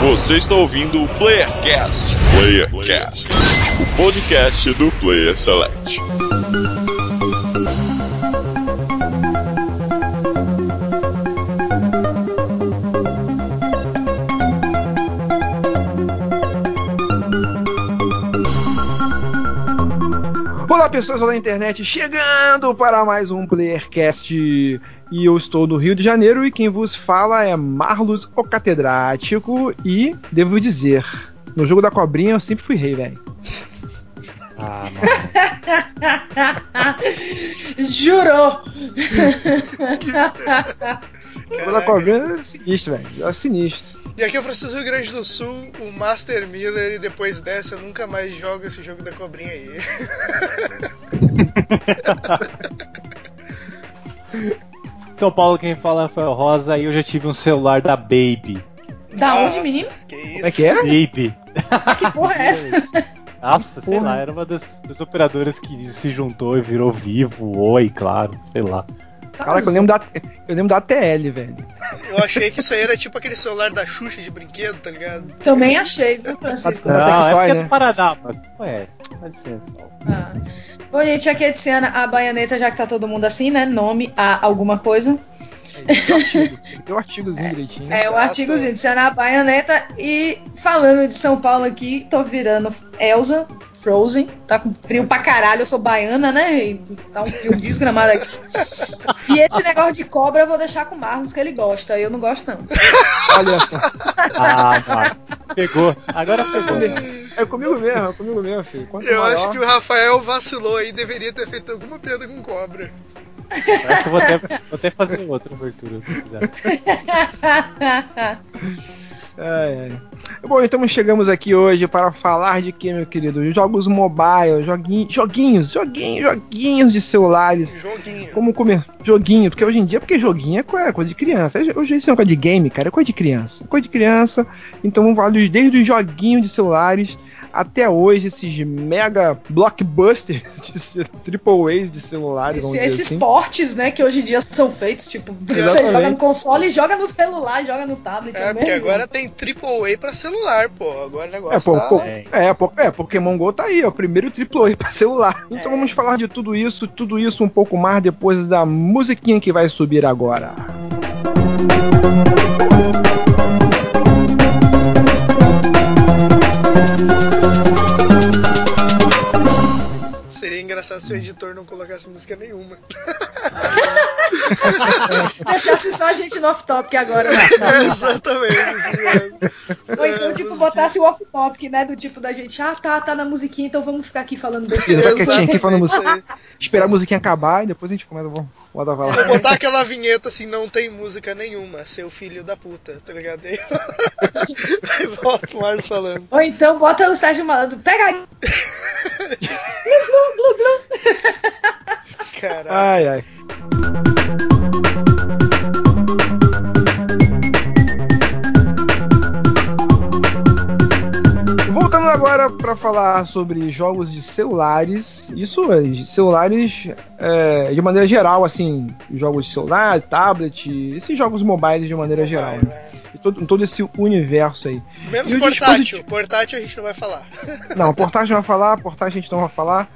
Você está ouvindo o PlayerCast, o podcast do Player Select. Olá pessoas da internet, chegando para mais um PlayerCast, e eu estou no Rio de Janeiro e quem vos fala é Marlos, o catedrático, e devo dizer, no jogo da cobrinha eu sempre fui rei, velho. Ah, mano. Jurou! O jogo da cobrinha é sinistro, velho, é sinistro. E aqui é o Francisco Rio Grande do Sul, o Master Miller, e depois dessa eu nunca mais jogo esse jogo da cobrinha aí. São Paulo, quem fala é Rafael Rosa, e eu já tive um celular da Baby. Da onde, menino? Que isso? Como é que é? Baby. Que porra é essa? Nossa, sei lá, era uma das operadoras que se juntou e virou Vivo, Oi, claro, sei lá. Caraca, eu lembro da ATL, velho. Eu achei que isso aí era tipo aquele celular da Xuxa de brinquedo, tá ligado? Também achei, viu, Francisco? Não, Não, Tectoy, é porque é né? do Paraná, mas conhece, dá licença. Ah. Bom, gente, aqui é Tiziana, a baianeta, já que tá todo mundo assim, né? Nome a alguma coisa. Tem um artigozinho direitinho. É o artigozinho, Tiziana, a baianeta. E falando de São Paulo aqui, tô virando Elsa, Frozen. Tá com frio pra caralho, eu sou baiana, né? E tá um frio desgramado aqui. E esse negócio de cobra eu vou deixar com o Marlos, que ele gosta. Eu não gosto, não. Olha só. Ah, Marcos, pegou, agora pegou. É comigo mesmo, filho. Quanto Eu maior... acho que o Rafael vacilou aí, deveria ter feito alguma piada com cobra. Acho que eu vou até fazer outra abertura, se quiser. Ai. Bom, então chegamos aqui hoje para falar de que, meu querido? Jogos mobile, joguinhos de celulares. Joguinho. Como comer? Joguinho, porque hoje em dia, porque joguinho é coisa de criança. Hoje isso é coisa de game, cara, é coisa de criança. Então vamos falar desde os joguinhos de celulares até hoje, esses mega blockbusters de triple A's de celulares, vamos dizer Esses assim. portes, né, que hoje em dia são feitos, tipo, você Exatamente. joga no console e joga no celular, joga no tablet. É, porque agora tem AAA pra celular, pô. Agora o negócio Pokémon GO tá aí, ó, o primeiro AAA pra celular. Então vamos falar de tudo isso um pouco mais depois da musiquinha que vai subir agora. Seria engraçado se o editor não colocasse música nenhuma. Deixasse só a gente no off-topic agora, né? Exatamente. Ou então, tipo, botasse o off-topic, né? Do tipo da gente, tá na musiquinha, então vamos ficar aqui falando besteira. Tá quietinho aqui falando Exatamente, música. Esperar a musiquinha acabar e depois a gente começa. Vou falar. Vou botar aquela vinheta assim, não tem música nenhuma, seu filho da puta, tá ligado? Aí volta o Marlos falando. Ou então bota o Sérgio Malandro, pega aí. Glu, glu, glu. Caralho. Ai. Voltando agora para falar sobre jogos de celulares, celulares de maneira geral, assim, jogos de celular, tablet, esses jogos mobiles de maneira geral, né? E todo esse universo aí. Menos e portátil. Portátil a gente não vai falar. Não, portátil não vai falar, portátil a gente não vai falar.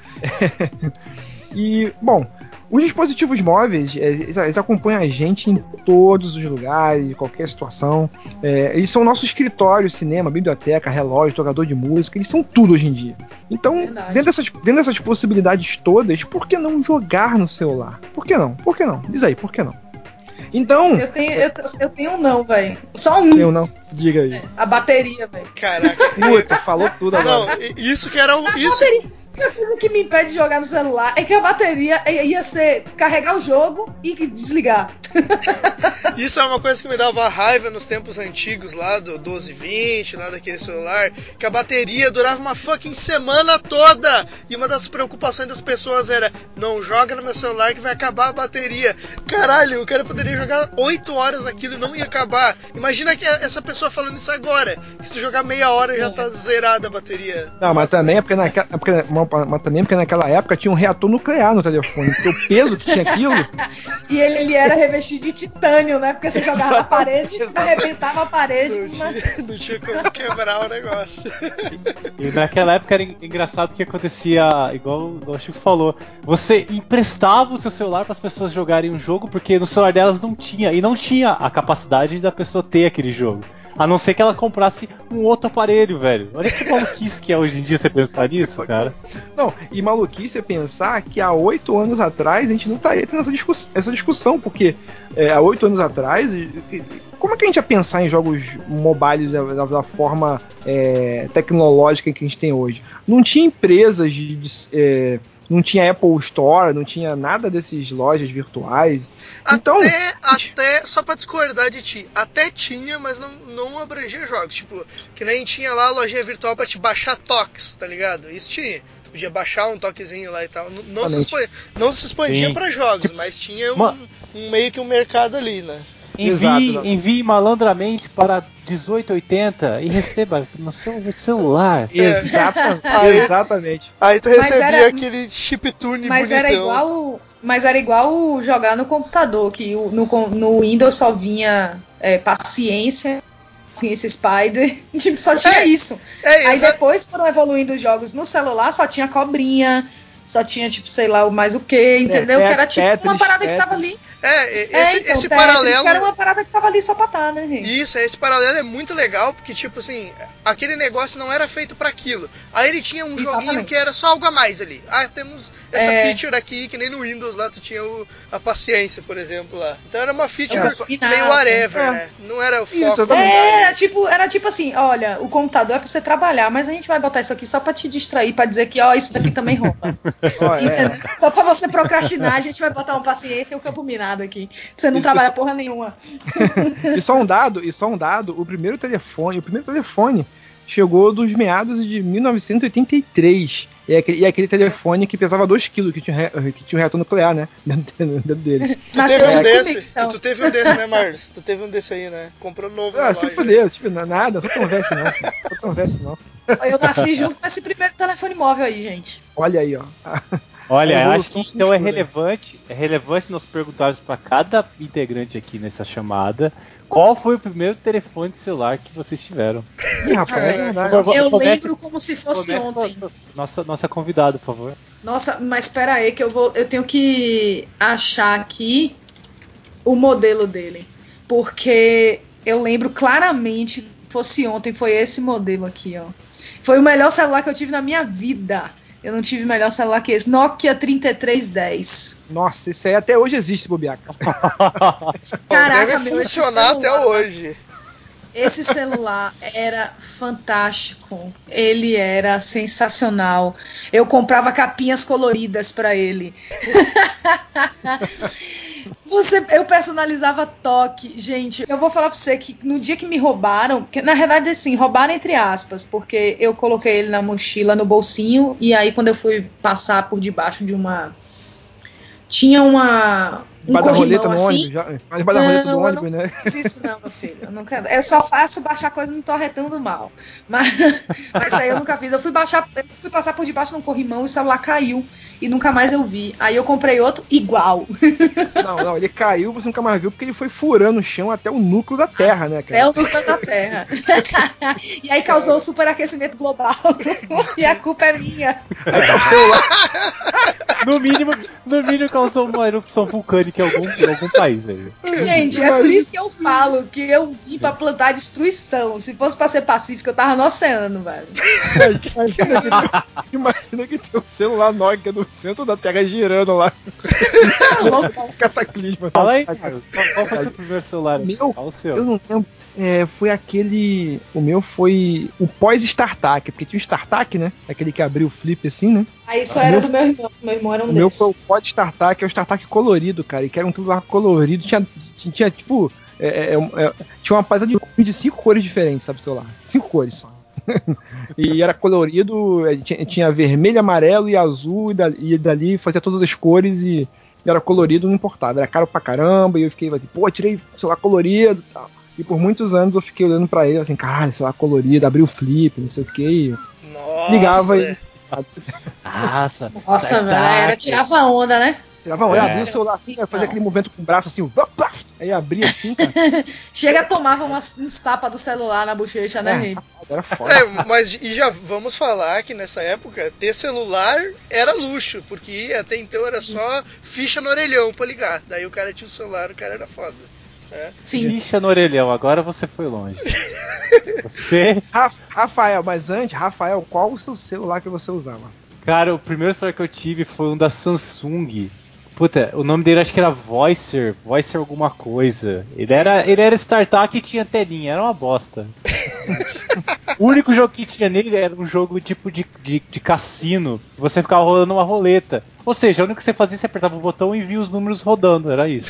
E, bom, os dispositivos móveis, eles acompanham a gente em todos os lugares, em qualquer situação. Eles são nosso escritório, cinema, biblioteca, relógio, tocador de música, eles são tudo hoje em dia. Então, dentro dessas possibilidades todas, por que não jogar no celular? Por que não? Diz aí, por que não? Então... Eu tenho um não, velho. Só um. Eu não. Diga aí. A bateria, velho. Caraca. Puta, falou tudo agora. Não, isso que era o... O que me impede de jogar no celular é que a bateria ia ser carregar o jogo e desligar. Isso é uma coisa que me dava raiva nos tempos antigos lá do 1220, lá daquele celular, que a bateria durava uma fucking semana toda. E uma das preocupações das pessoas era: não joga no meu celular que vai acabar a bateria. Caralho, o cara poderia jogar 8 horas aquilo e não ia acabar. Imagina que essa pessoa falando isso agora. Se tu jogar meia hora já tá zerada a bateria. Não, mas também é porque mal também, porque naquela época tinha um reator nuclear no telefone, porque o peso que tinha aquilo... E ele era revestido de titânio, né? Porque você jogava na parede e arrebentava a parede. Não tinha como quebrar o negócio. E naquela época era engraçado que acontecia, igual o Chico falou, você emprestava o seu celular para as pessoas jogarem um jogo, porque no celular delas não tinha, e não tinha a capacidade da pessoa ter aquele jogo. A não ser que ela comprasse um outro aparelho, velho. Olha que maluquice que é hoje em dia você pensar nisso, cara. Não, e maluquice é pensar que há 8 anos atrás a gente não estaria tendo essa discussão, porque há 8 anos atrás, como é que a gente ia pensar em jogos mobile da forma tecnológica que a gente tem hoje? Não tinha empresas não tinha Apple Store, não tinha nada desses lojas virtuais. Então, até só pra discordar de ti, até tinha, mas não abrangia jogos. Tipo, que nem tinha lá a lojinha virtual pra te baixar toques, tá ligado? Isso tinha. Tu podia baixar um toquezinho lá e tal. Não se expandia pra jogos, mas tinha meio que um mercado ali, né? Envie malandramente para 1880 e receba no seu celular. Exatamente. Aí tu recebia aquele chiptune bonitão. Mas era igual jogar no computador, que no Windows só vinha paciência Spider, tipo, só tinha isso. Aí depois foram evoluindo os jogos no celular, só tinha cobrinha, só tinha, tipo, sei lá, mais o que, entendeu? Que era tipo uma parada que tava ali. Esse paralelo... era uma parada que tava ali só pra tá, né, gente? Isso, esse paralelo é muito legal, porque, tipo assim, aquele negócio não era feito pra aquilo. Aí ele tinha um joguinho que era só algo a mais ali. Temos essa feature aqui, que nem no Windows lá, tu tinha a paciência, por exemplo, lá. Então era uma feature meio whatever, né? Não era o foco. Era tipo assim, olha, o computador é pra você trabalhar, mas a gente vai botar isso aqui só pra te distrair, pra dizer que, isso daqui também rouba. Entendeu? Só pra você procrastinar, a gente vai botar uma paciência e um campo minado aqui. Pra você não trabalhar porra nenhuma. E só um dado, o primeiro telefone chegou dos meados de 1983. E aquele telefone que pesava 2 kg, que tinha um reator nuclear, né? Dentro dele. Tu teve um desse, né, Marlos? Tu teve um desse aí, né? Comprou novo na loja. Se fudeu, nada, só conversa não. Eu nasci junto com esse primeiro telefone móvel aí, gente. Olha aí, ó. Olha, acho que então é relevante nós perguntarmos para cada integrante aqui nessa chamada qual foi o primeiro telefone celular que vocês tiveram. Eu lembro como se fosse ontem. Nossa convidada, por favor. Nossa, mas espera aí que eu tenho que achar aqui o modelo dele, porque eu lembro claramente, fosse ontem, foi esse modelo aqui, ó. Foi o melhor celular que eu tive na minha vida. Eu não tive melhor celular que esse. Nokia 3310. Nossa, isso aí até hoje existe, bobeaca. Caraca, deve funcionar até hoje. Esse celular era fantástico. Ele era sensacional. Eu comprava capinhas coloridas para ele. Eu personalizava toque. Gente, eu vou falar pra você que no dia que me roubaram, que na verdade assim, roubaram entre aspas, porque eu coloquei ele na mochila, no bolsinho, e aí quando eu fui passar por debaixo de uma... Tinha um corrimão assim. Debaixo da roleta do ônibus, né? Não fiz isso não, meu filho. Eu só faço baixar coisa no torretão do mal. Mas isso aí eu nunca fiz. Eu fui passar por debaixo de um corrimão e o celular caiu. E nunca mais eu vi. Aí eu comprei outro igual. Não, ele caiu, você nunca mais viu, porque ele foi furando o chão até o núcleo da Terra, né, cara? Até o núcleo da Terra. E aí causou o superaquecimento global. E a culpa é minha. No mínimo causou uma erupção vulcânica em algum país aí. Gente, é por isso que eu falo que eu vim pra plantar destruição. Se fosse pra ser pacífico, eu tava no oceano, velho. Imagina que tem um celular Nokia no centro da Terra girando lá. Cataclisma. Fala aí, cara. Qual foi o seu primeiro celular? Qual o seu? Eu não lembro. Foi aquele... O meu foi o pós-StarTAC, porque tinha o StarTAC, né? Aquele que abriu o flip assim, né? Aí só era do meu irmão. Meu irmão era um desses. O meu foi o pós-StarTAC, que é o StarTAC colorido, cara. E que era um celular colorido. Tinha tipo... tinha uma paleta de 5 cores diferentes, sabe, o celular? 5 cores só. E era colorido, tinha vermelho, amarelo e azul, e dali fazia todas as cores e era colorido, não importava, era caro pra caramba, e eu fiquei assim, tirei o celular colorido e tal. E por muitos anos eu fiquei olhando pra ele assim, caralho, celular colorido, abriu o flip, não sei o que, ligava e... Nossa, Nossa, velho, tirava onda, né? Tirava onda, abria o celular assim, fazia aquele movimento com o braço assim, aí abria assim, cara. Chega, tomava uns tapas do celular na bochecha, né? Era foda. Mas e já vamos falar que nessa época ter celular era luxo, porque até então era só ficha no orelhão pra ligar. Daí o cara tinha o celular, o cara era foda. Sim. Ficha no orelhão, agora você foi longe. Você... Rafael, mas antes, Rafael, qual o seu celular que você usava? Cara, o primeiro celular que eu tive foi um da Samsung. Puta, o nome dele acho que era Voicer alguma coisa. Ele era startup e tinha telinha, era uma bosta. O único jogo que tinha nele era um jogo tipo de cassino. Você ficava rolando uma roleta. Ou seja, o único que você fazia, você apertava o botão e via os números rodando, era isso.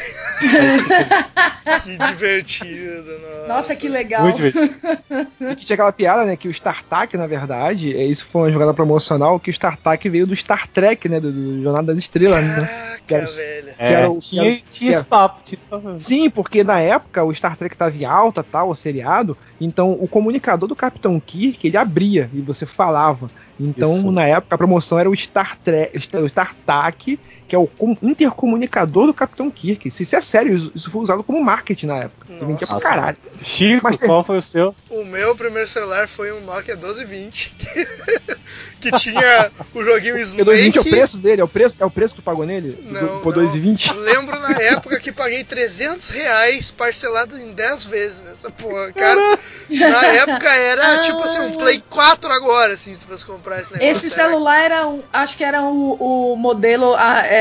Que divertido, Nossa, que legal. Muito divertido. E que tinha aquela piada, né, que o StarTAC, na verdade, isso foi uma jogada promocional, que o StarTAC veio do Star Trek, né, do Jornada das Estrelas, né? Caraca, velho. Tinha esse papo. Sim, porque na época o Star Trek estava em alta, tal, o seriado, então o comunicador do Capitão Kirk, ele abria e você falava. Então, Isso. na época, a promoção era o StarTAC, que é o intercomunicador do Capitão Kirk. Isso é sério, isso foi usado como marketing na época. E vendia pra caralho. Chico, Mas qual foi o seu? O meu primeiro celular foi um Nokia 1220. Que tinha o joguinho Snake. O 1220 é o preço dele? É o preço que tu pagou nele? Não, por 2,20? Lembro na época que paguei R$300 parcelado em 10 vezes nessa porra. Cara, na época era tipo assim, um Play 4 agora, assim, se tu fosse comprar esse negócio. Esse celular era, acho que era o modelo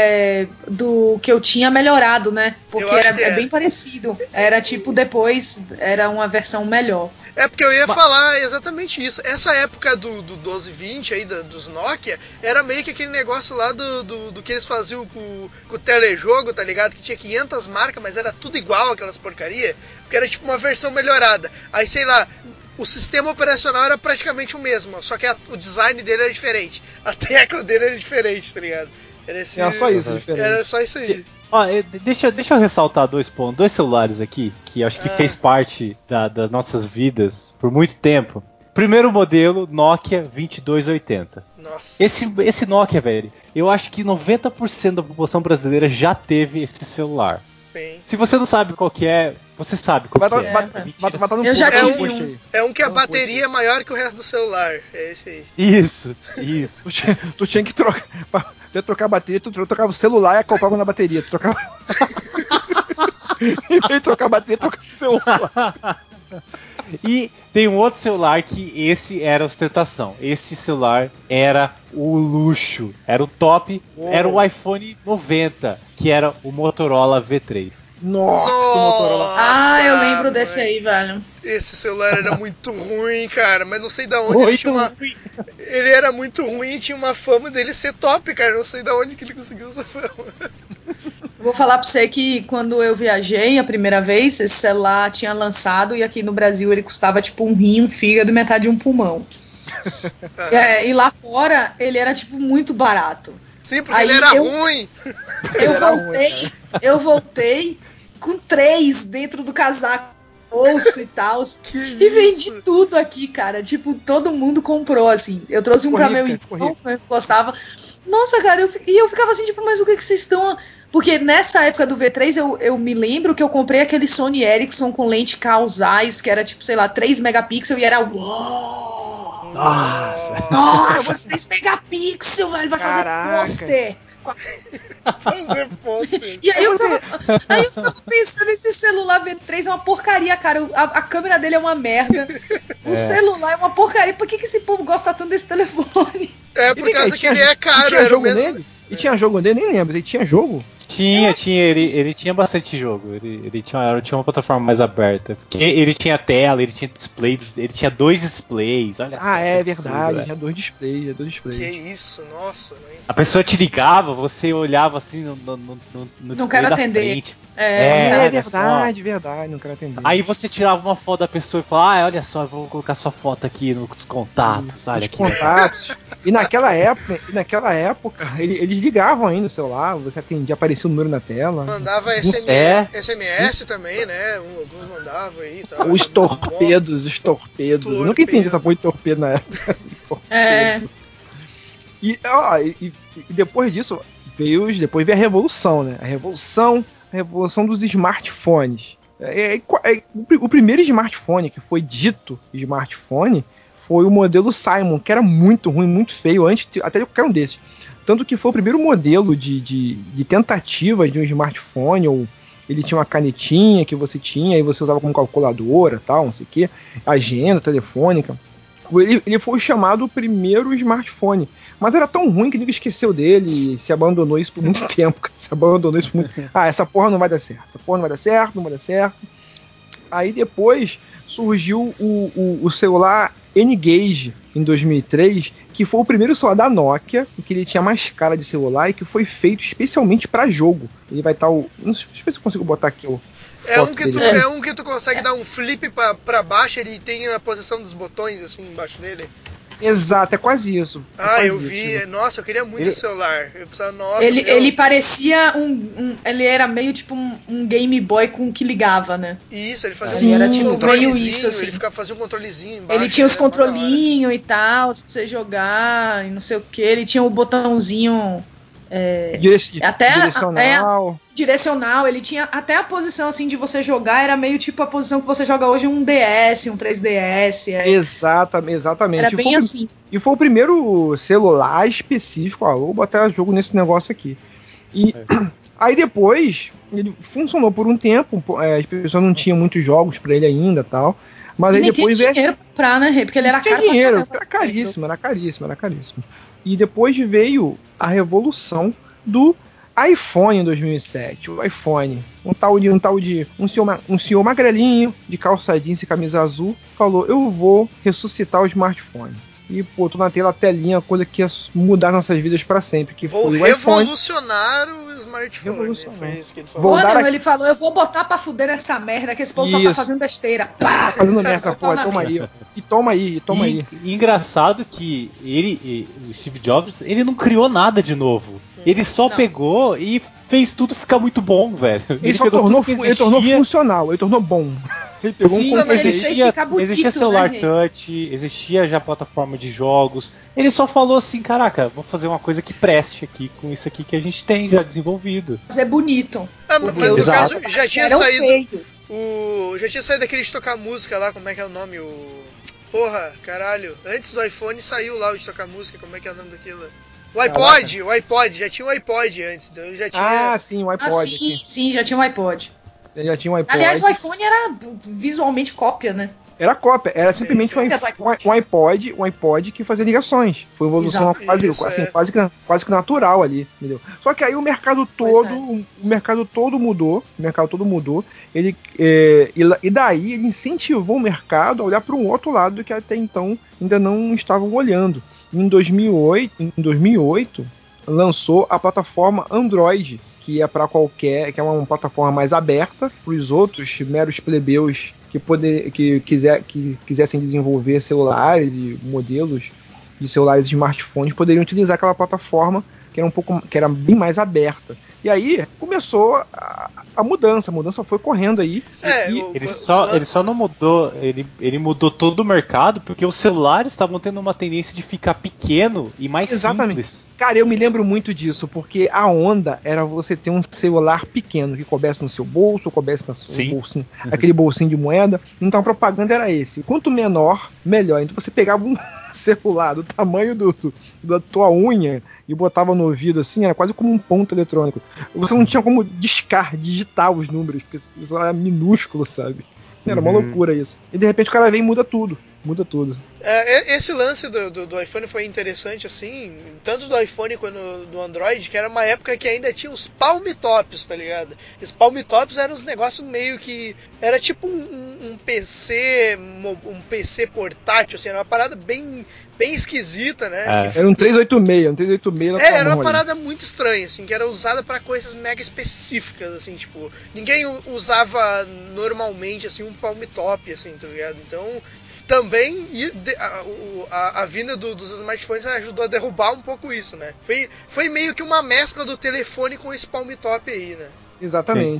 do que eu tinha melhorado, né? Porque é bem parecido. Era tipo, depois, era uma versão melhor. É porque eu ia falar exatamente isso. Essa época do 1220 aí, dos Nokia, era meio que aquele negócio lá do que eles faziam com o telejogo, tá ligado? Que tinha 500 marcas, mas era tudo igual, aquelas porcaria. Porque era tipo uma versão melhorada. Aí, sei lá, o sistema operacional era praticamente o mesmo, só que o design dele era diferente. A tecla dele era diferente, tá ligado? Era só isso diferente. Era só isso aí. Ó, deixa eu ressaltar dois celulares aqui, que acho que fez parte das nossas vidas por muito tempo. Primeiro modelo, Nokia 2280. Nossa. Esse Nokia, velho, eu acho que 90% da população brasileira já teve esse celular. Bem. Se você não sabe qual que é, você sabe qual que é. Eu já tive um. É um que a bateria é maior que o resto do celular. É esse aí. Isso. Tu tinha que trocar. Tu ia trocar a bateria, tu trocava o celular e acoplava na bateria. Tu trocava. Em vez de trocar a bateria, trocava o celular. E tem um outro celular que esse era a ostentação. Esse celular era o luxo, era o top, era o iPhone 90, que era o Motorola V3. Nossa, o Motorola. Eu lembro desse aí, velho. Esse celular era muito ruim, cara, mas não sei da onde ele tinha uma... Ele era muito ruim e tinha uma fama dele ser top, cara. Não sei da onde que ele conseguiu essa fama. Vou falar pra você que quando eu viajei a primeira vez, esse celular tinha lançado e aqui no Brasil ele custava tipo um rim, um fígado e metade de um pulmão. E lá fora ele era tipo muito barato. Sim, porque ele era ruim. Eu voltei com 3 dentro do casaco, bolso e tal. E vendi tudo aqui, cara. Tipo, todo mundo comprou, assim. Eu trouxe um pra meu irmão, que eu gostava. Nossa, cara, eu ficava assim, tipo, mas o que vocês estão... Porque nessa época do V3, eu me lembro que eu comprei aquele Sony Ericsson com lente Carl Zeiss, que era, tipo, sei lá, 3 megapixels e era... Uou! Nossa, 3 megapixels, velho, vai fazer pôster! Fazer pôster. E aí eu ficava pensando, esse celular V3 é uma porcaria, cara. A câmera dele é uma merda. O celular é uma porcaria. Por que esse povo gosta tanto desse telefone? É por causa que ele é caro. Tinha jogo nele? E tinha jogo nele? Nem lembro. Ele tinha jogo? Tinha, ele tinha bastante jogo. Ele tinha uma plataforma mais aberta. Porque ele tinha tela, ele tinha displays, ele tinha 2 displays. Olha só, é verdade, tinha 2 displays, Que isso, nossa. Né? A pessoa te ligava, você olhava assim no não display quero da atender. frente. Verdade, não quero atender. Aí você tirava uma foto da pessoa e falava, olha só, eu vou colocar sua foto aqui nos contatos, olha aqui. Contatos. E naquela época, eles ligavam ainda o celular, você atendia, aparecia o número na tela. Mandava SMS também, né? Alguns mandavam aí e tal. Os torpedos. Eu nunca entendi essa porra de torpedo na época. E depois disso, depois veio a revolução, né? A revolução dos smartphones. O primeiro smartphone que foi dito smartphone foi o modelo Simon, que era muito ruim, muito feio, até qualquer um desses. Tanto que foi o primeiro modelo de tentativa de um smartphone, ou ele tinha uma canetinha que você tinha, e você usava como calculadora, tal, não sei o que, agenda telefônica. Ele foi chamado o primeiro smartphone. Mas era tão ruim que ninguém esqueceu dele e se abandonou isso por muito tempo. Essa porra não vai dar certo. Não vai dar certo. Aí depois surgiu o celular N-Gage em 2003, que foi o primeiro celular da Nokia, que ele tinha mais cara de celular e que foi feito especialmente para jogo. Ele vai estar não sei se eu consigo botar aqui É um que tu consegue dar um flip pra baixo, ele tem a posição dos botões assim embaixo dele. Exato, é quase isso. Eu vi. Nossa, eu queria muito esse celular. Eu precisava, ele parecia ele era meio tipo um Game Boy com que ligava, né? Isso, ele fazia Sim, era tipo meio isso, assim. Ele fazia um controlezinho embaixo. Ele tinha os controlinhos e tal, pra você jogar e não sei o que. Ele tinha o botãozinho direcional. Direcional, ele tinha até a posição assim de você jogar, era meio tipo a posição que você joga hoje um DS, um 3DS. Exatamente. Era bem assim. E foi o primeiro celular específico, vou botar jogo nesse negócio aqui. E aí depois, ele funcionou por um tempo, as pessoas não tinham muitos jogos pra ele ainda, tal. Mas aí depois tinha dinheiro pra, né? Porque ele era caro. Era caríssimo. E depois veio a revolução do iPhone em 2007. O iPhone, um senhor magrelinho de calça jeans e camisa azul falou: eu vou ressuscitar o smartphone. E botou na tela a telinha, coisa que ia mudar nossas vidas para sempre, que vou foi o revolucionar o smartphone. Foi isso que ele falou. Ele falou: eu vou botar pra fuder essa merda, que esse povo só tá fazendo besteira. Tá fazendo merda, porra, toma aí. E engraçado que o Steve Jobs, ele não criou nada de novo. Ele só pegou e fez tudo ficar muito bom, velho. Ele tornou funcional, ele tornou bom. Ele pegou existia celular touch, existia já plataforma de jogos. Ele só falou assim, caraca, vou fazer uma coisa que preste aqui com isso aqui que a gente tem já desenvolvido. Mas é bonito. Mas no caso, já tinha saído já tinha saído aquele de tocar música lá, como é que é o nome? Porra, caralho. Antes do iPhone saiu lá o de tocar música, como é que é o nome daquilo? O iPod, já tinha o iPod antes, então ele já tinha... sim, o iPod. Sim, já tinha um iPod. Já tinha um iPod. Aliás, o iPhone era visualmente cópia, né? Era cópia, era simplesmente um iPod que fazia ligações. Foi uma evolução quase que natural ali, entendeu? Só que aí o mercado todo mudou. E daí ele incentivou o mercado a olhar para um outro lado que até então ainda não estavam olhando. Em 2008 lançou a plataforma Android, que é para que é uma plataforma mais aberta para os outros meros plebeus que quisessem desenvolver celulares e modelos de celulares e smartphones poderiam utilizar aquela plataforma que era bem mais aberta. E aí começou a mudança. A mudança foi correndo aí. Ele só não mudou. Ele mudou todo o mercado porque os celulares estavam tendo uma tendência de ficar pequeno e mais simples. Cara, eu me lembro muito disso, porque a onda era você ter um celular pequeno que coubesse no seu bolso, coubesse no seu bolsinho, aquele bolsinho de moeda. Então a propaganda era esse. Quanto menor, melhor. Então você pegava um celular do tamanho da tua unha e botava no ouvido assim, era quase como um ponto eletrônico. Você não tinha como digitar os números, porque o celular era minúsculo, sabe? Era uma loucura isso. E de repente o cara vem e muda tudo. Esse lance do iPhone foi interessante, assim, tanto do iPhone quanto do Android, que era uma época que ainda tinha os Palm Tops, tá ligado? Os Palm Tops eram uns negócios meio que... Era tipo um PC portátil, assim, era uma parada bem esquisita, né? Era um 386 era uma parada muito estranha, assim, que era usada pra coisas mega específicas, assim, tipo, ninguém usava normalmente, assim, um Palm Top, assim, tá ligado? Então, também a vinda dos smartphones ajudou a derrubar um pouco isso, né? Foi meio que uma mescla do telefone com esse Palm Top aí, né? Exatamente.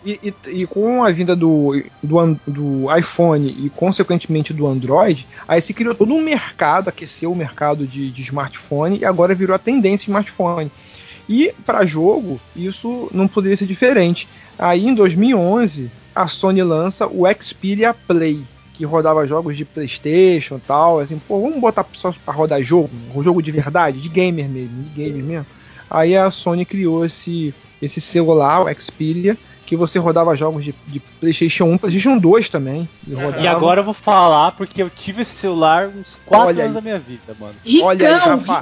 E com a vinda do iPhone e, consequentemente, do Android, aí se criou todo um mercado, aqueceu o mercado de smartphone e agora virou a tendência smartphone. E para jogo, isso não poderia ser diferente. Aí em 2011, a Sony lança o Xperia Play, que rodava jogos de PlayStation e tal. Assim, pô, vamos botar só para rodar jogo, um jogo de verdade, de gamer mesmo. Aí a Sony criou esse celular, o Xperia, que você rodava jogos de PlayStation 1, PlayStation 2 também. E agora eu vou falar, porque eu tive esse celular uns 4 anos da minha vida, mano. Ricão, olha aí, Rafa.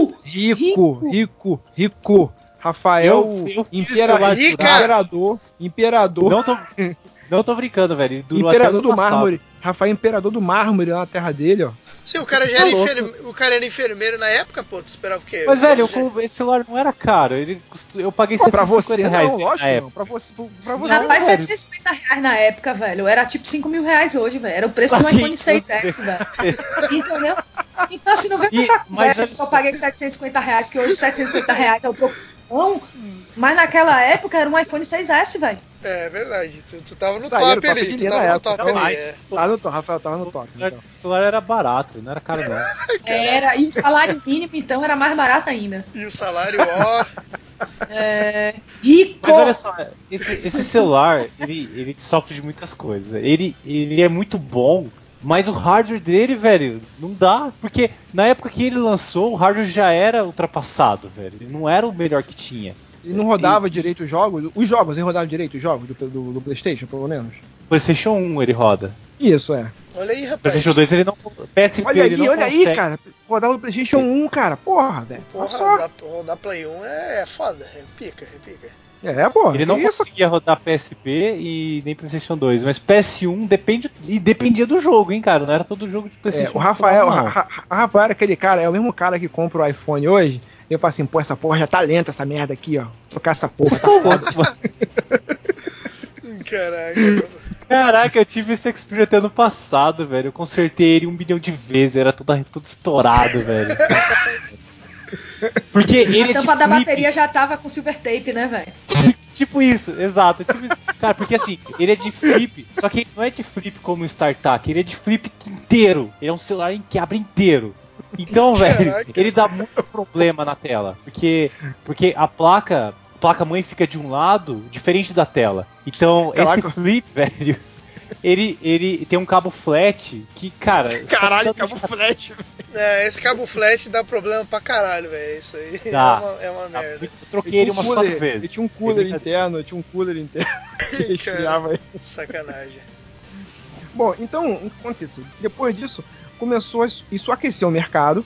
Rico. Rafael, imperador. Não tô brincando, velho. Durou imperador até do mármore. Rafael, imperador do mármore lá na terra dele, ó. Sim, o cara era enfermeiro na época, pô, tu esperava o quê? Mas, velho, esse celular não era caro. Eu paguei R$750 não, lógico não. Pra você rapaz, R$750 na época, velho. Era tipo R$5.000 hoje, velho. Era o preço do iPhone 6S, velho. Entendeu? Então, assim, não vem com essa conversa que eu paguei R$750, que hoje R$750 é o troco. Não, mas naquela época era um iPhone 6S, velho. É verdade, tu tava no top ali, tu tava no top ali. Rafael tava no top. Então. O celular era barato, não era caro não. Era, e o salário mínimo, então, era mais barato ainda. E o salário, ó... Rico! Mas olha só, esse celular, ele sofre de muitas coisas. Ele é muito bom, mas o hardware dele, velho, não dá. Porque na época que ele lançou, o hardware já era ultrapassado, velho. Ele não era o melhor que tinha. Ele não rodava direito os jogos? Os jogos, ele rodava direito os jogos do PlayStation, pelo menos? PlayStation 1 ele roda. Isso, é. Olha aí, rapaz. PlayStation 2 ele não... PSP olha ele aí, não olha consegue. aí, cara. Rodava no PlayStation 1, cara. Porra, velho. Porra, rodar Play 1 é foda. É pica. É, porra. Ele não conseguia rodar PSP e nem PlayStation 2, mas PS1 dependia do jogo, hein, cara. Não era todo jogo de PlayStation 1. O Rafael era aquele cara, é o mesmo cara que compra o iPhone hoje. E eu falo assim, pô, essa porra já tá lenta, essa merda aqui, ó. Tocar essa porra. Tá foda. Caraca, eu tive esse Xperia até ano passado, velho. Eu consertei ele 1 bilhão de vezes, era tudo estourado, velho. Porque ele a tampa da bateria já tava com silver tape, né, velho? Tipo isso, exato. Cara, porque assim, ele é de flip, só que ele não é de flip como o StarTAC, ele é de flip inteiro. Ele é um celular em que abre inteiro. Então, velho, ele dá muito problema na tela. Porque a placa mãe fica de um lado, diferente da tela. Então, esse flip, velho, ele tem um cabo flat que, cara... Caralho, cabo flat, velho. Esse cabo flat dá problema pra caralho, velho. Isso aí é uma merda. Eu troquei ele umas 4 vezes. Ele tinha um cooler interno, Ele esfriava aí. Sacanagem. Bom, então, o que aconteceu? Depois disso, começou isso a aquecer o mercado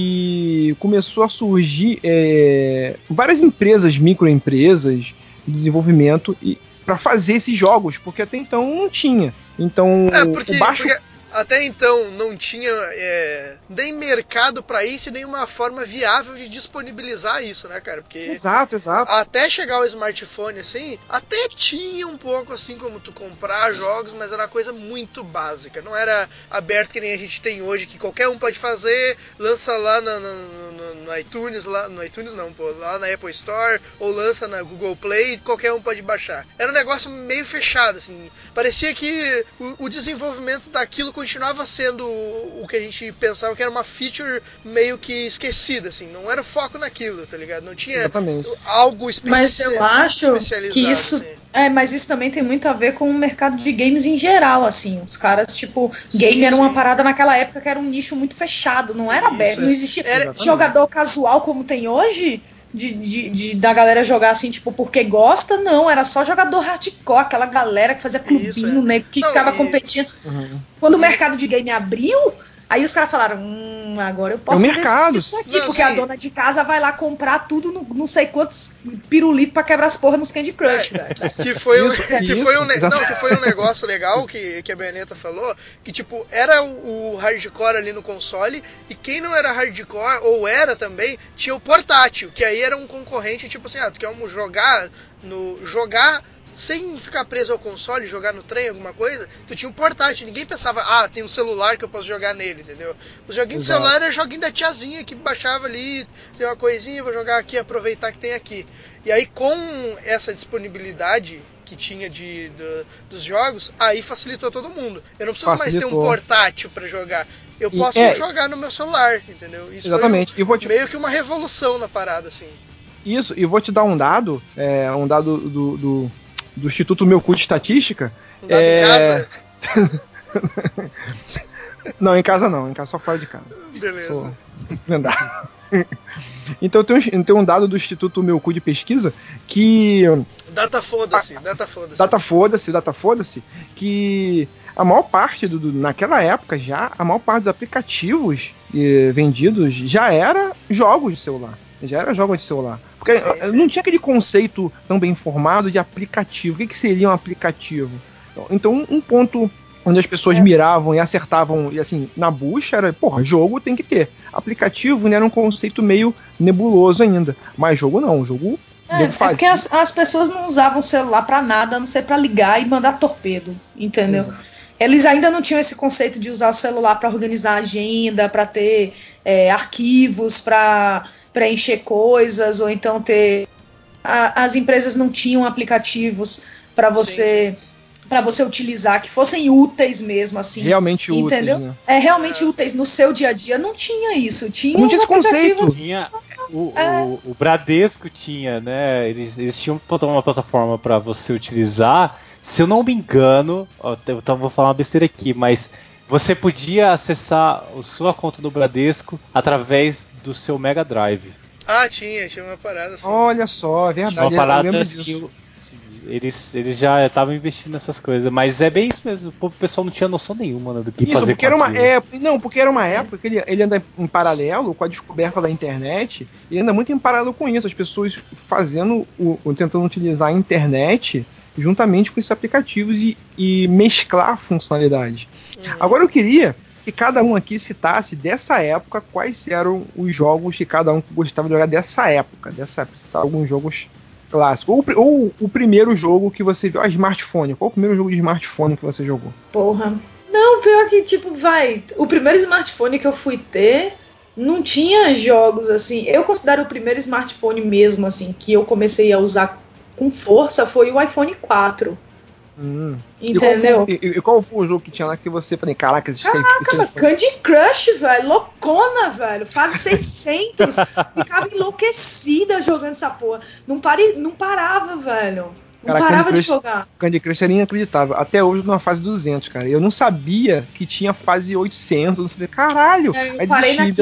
e começou a surgir várias empresas, microempresas de desenvolvimento para fazer esses jogos, porque até então não tinha. Então, porque até então não tinha nem mercado para isso e nenhuma forma viável de disponibilizar isso, né, cara? Porque exato. Até chegar o smartphone, assim, até tinha um pouco assim como tu comprar jogos, mas era uma coisa muito básica. Não era aberto que nem a gente tem hoje, que qualquer um pode fazer, lança lá no iTunes, no iTunes não, pô, lá na Apple Store, ou lança na Google Play, qualquer um pode baixar. Era um negócio meio fechado, assim. Parecia que o desenvolvimento daquilo continuava sendo o que a gente pensava que era uma feature meio que esquecida, assim, não era foco naquilo, tá ligado? Não tinha algo mas eu acho que isso assim. Mas isso também tem muito a ver com o mercado de games em geral, assim, os caras, tipo, game era uma parada naquela época que era um nicho muito fechado, não era aberto, não existia jogador casual como tem hoje, da galera jogar assim, tipo, porque gosta, não, era só jogador hardcore, aquela galera que fazia clubinho, né, que ficava competindo. Quando o mercado de game abriu, aí os caras falaram, agora eu posso ver isso aqui, porque a dona de casa vai lá comprar tudo, não sei quantos pirulitos pra quebrar as porras nos Candy Crush, velho. Que foi um negócio legal que a Beneta falou, que tipo, era o hardcore ali no console, e quem não era hardcore, ou era também, tinha o portátil, que aí era um concorrente, tipo assim, tu quer jogar sem ficar preso ao console, jogar no trem, alguma coisa, tu tinha um portátil. Ninguém pensava, tem um celular que eu posso jogar nele, entendeu? Os joguinhos de celular era joguinho da tiazinha que baixava ali, tem uma coisinha, vou jogar aqui, aproveitar que tem aqui. E aí, com essa disponibilidade que tinha dos jogos, aí facilitou todo mundo. Eu não preciso mais ter um portátil pra jogar. Eu posso jogar no meu celular, entendeu? Isso exatamente. foi meio que uma revolução na parada, assim. Isso, e vou te dar um dado do Instituto Meu Cu de Estatística. Um dado em casa? Não, em casa não, em casa só fora de casa. Beleza. Então tem um dado do Instituto Meu Cu de Pesquisa que... Data foda-se, que a maior parte, naquela época já, a maior parte dos aplicativos vendidos já era jogos de celular. Porque não tinha aquele conceito tão bem formado de aplicativo. O que seria um aplicativo? Então, um ponto onde as pessoas miravam e acertavam, e assim, na bucha era, jogo tem que ter. Aplicativo, né, era um conceito meio nebuloso ainda. Mas jogo não, jogo... porque as pessoas não usavam o celular pra nada, a não ser pra ligar e mandar torpedo, entendeu? Exato. Eles ainda não tinham esse conceito de usar o celular pra organizar a agenda, pra ter arquivos, pra preencher coisas, ou então ter... As empresas não tinham aplicativos pra você... para você utilizar, que fossem úteis mesmo, assim. Realmente entendeu? Úteis, né? Realmente úteis no seu dia a dia. Não tinha isso. Tinha não tinha esse conceito. Tinha o Bradesco tinha, né? Eles tinham uma plataforma para você utilizar. Se eu não me engano, eu vou falar uma besteira aqui, mas você podia acessar a sua conta do Bradesco através do seu Mega Drive. Ah, tinha uma parada assim. Olha só, é verdade. Tinha uma parada assim. Eles já estavam investindo nessas coisas, mas é bem isso mesmo. O pessoal não tinha noção nenhuma, né, do que fazer porque com aquilo. Porque era uma época que ele anda em paralelo com a descoberta da internet, e anda muito em paralelo com isso, as pessoas tentando utilizar a internet juntamente com esses aplicativos e mesclar funcionalidades. Agora eu queria que cada um aqui citasse dessa época quais eram os jogos que cada um gostava de jogar dessa época, alguns jogos clássico. Ou o primeiro jogo que você viu. Smartphone. Qual o primeiro jogo de smartphone que você jogou? Porra. Não, pior que, o primeiro smartphone que eu fui ter não tinha jogos assim. Eu considero o primeiro smartphone mesmo, assim, que eu comecei a usar com força foi o iPhone 4. Entendeu? E qual foi o jogo que tinha lá que você falei, caraca, Candy Crush, velho, loucona, velho, fase 600, ficava enlouquecida jogando essa porra, não parava, velho, não parava de jogar. Candy Crush era inacreditável, até hoje numa fase 200, cara, eu não sabia que tinha fase 800, não sabia, caralho. Eu parei na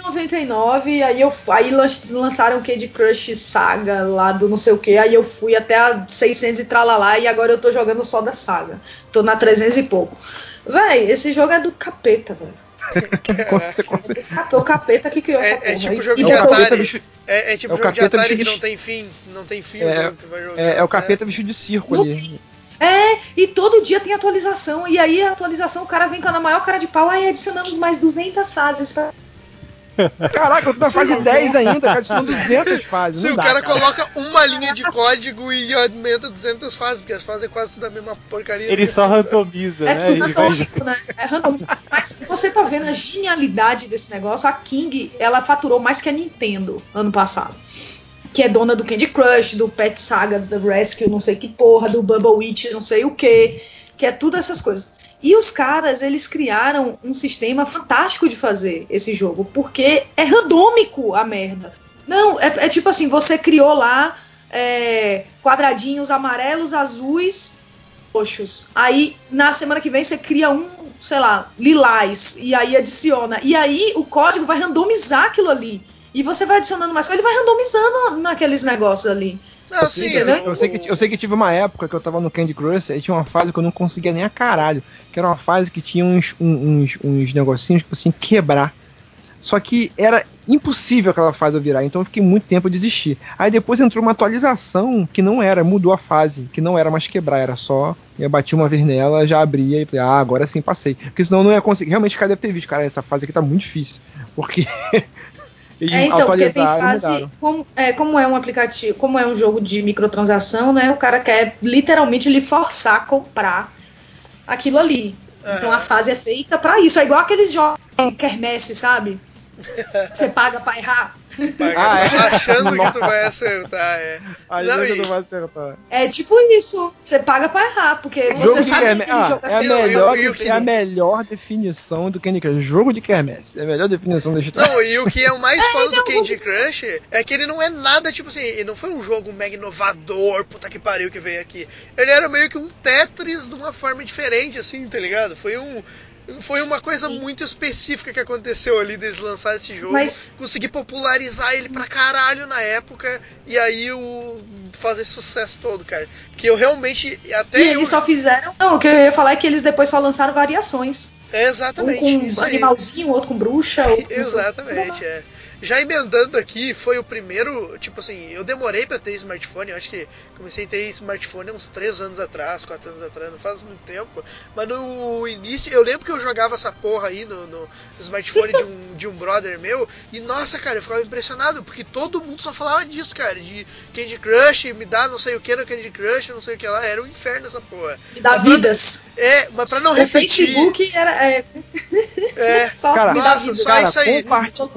599, aí lançaram o Candy Crush Saga lá do não sei o que, aí eu fui até a 600 e tralalá, e agora eu tô jogando só da Saga, tô na 300 e pouco. Véi, esse jogo é do capeta, velho. O capeta que criou essa porra. Tipo jogo de Atari. É tipo jogo de Atari que não tem fim. Não tem fim o jogo que tu vai jogar. É o capeta vestido de circo ali. E todo dia tem atualização. E aí a atualização, o cara vem com a maior cara de pau. Aí adicionamos mais 200 fases. Caraca, eu tô na fase 10 ainda, cara. São 200 fases. Sim, o cara coloca uma linha de código e aumenta 200 fases, porque as fases é quase tudo a mesma porcaria. Ele só randomiza, né? Tudo randômico, né? É random. Mas você tá vendo a genialidade desse negócio. A King, ela faturou mais que a Nintendo ano passado. Que é dona do Candy Crush, do Pet Saga, do Rescue, não sei que porra, do Bubble Witch, não sei o que é tudo essas coisas. E os caras, eles criaram um sistema fantástico de fazer esse jogo, porque é randômico a merda. Não, é tipo assim, você criou lá quadradinhos amarelos, azuis, roxos. Aí, na semana que vem, você cria sei lá, lilás, e aí adiciona. E aí, o código vai randomizar aquilo ali. E você vai adicionando mais coisa, ele vai randomizando naqueles negócios ali. Não, sim, eu sei que tive uma época que eu tava no Candy Crush e tinha uma fase que eu não conseguia nem a caralho. Que era uma fase que tinha uns negocinhos que você tinha que quebrar. Só que era impossível aquela fase eu virar, então eu fiquei muito tempo a desistir. Aí depois entrou uma atualização que não era, mudou a fase, que não era mais quebrar, era só, eu bati uma vez nela, já abria e falei, agora sim passei. Porque senão eu não ia conseguir. Realmente o cara deve ter visto, cara, essa fase aqui tá muito difícil. Porque... então, porque tem fase, como é um aplicativo, como é um jogo de microtransação, né? O cara quer literalmente lhe forçar a comprar aquilo ali. Então a fase é feita pra isso. É igual aqueles jogos de quermesse, sabe? Você paga pra errar? Achando que tu vai acertar, Às Não, vezes e- eu não vai acertar. É tipo isso. Você paga pra errar, porque você sabe que aquele jogo é, a Não, melhor, e o que- é a melhor definição do Candy Crush. Jogo de quermesse. É a melhor definição da história. Não, e o que é o mais foda do não, Candy Crush é que ele não é nada, tipo assim, ele não foi um jogo mega inovador, puta que pariu que veio aqui. Ele era meio que um Tetris de uma forma diferente, assim, tá ligado? Foi uma coisa muito específica que aconteceu ali deles lançar esse jogo, Mas- conseguir popularizar ele pra caralho na época e aí fazer esse sucesso todo, cara. Que eu realmente até E eles só fizeram. Não, o que eu ia falar é que eles depois só lançaram variações. Exatamente, Um com isso aí. animalzinho, outro com bruxa, outro com. Exatamente, Já emendando aqui, foi o primeiro, tipo assim, eu demorei pra ter smartphone, eu acho que comecei a ter smartphone há uns 3 anos atrás, 4 anos atrás, não faz muito tempo, mas no início, eu lembro que eu jogava essa porra aí no smartphone de um brother meu, e nossa, cara, eu ficava impressionado, porque todo mundo só falava disso, cara, de Candy Crush, me dá não sei o que no Candy Crush, não sei o que lá, era um inferno essa porra. Me dá vidas. Mas pra não O repetir... Facebook era. Só Cara, me dá nossa, vidas. só isso aí.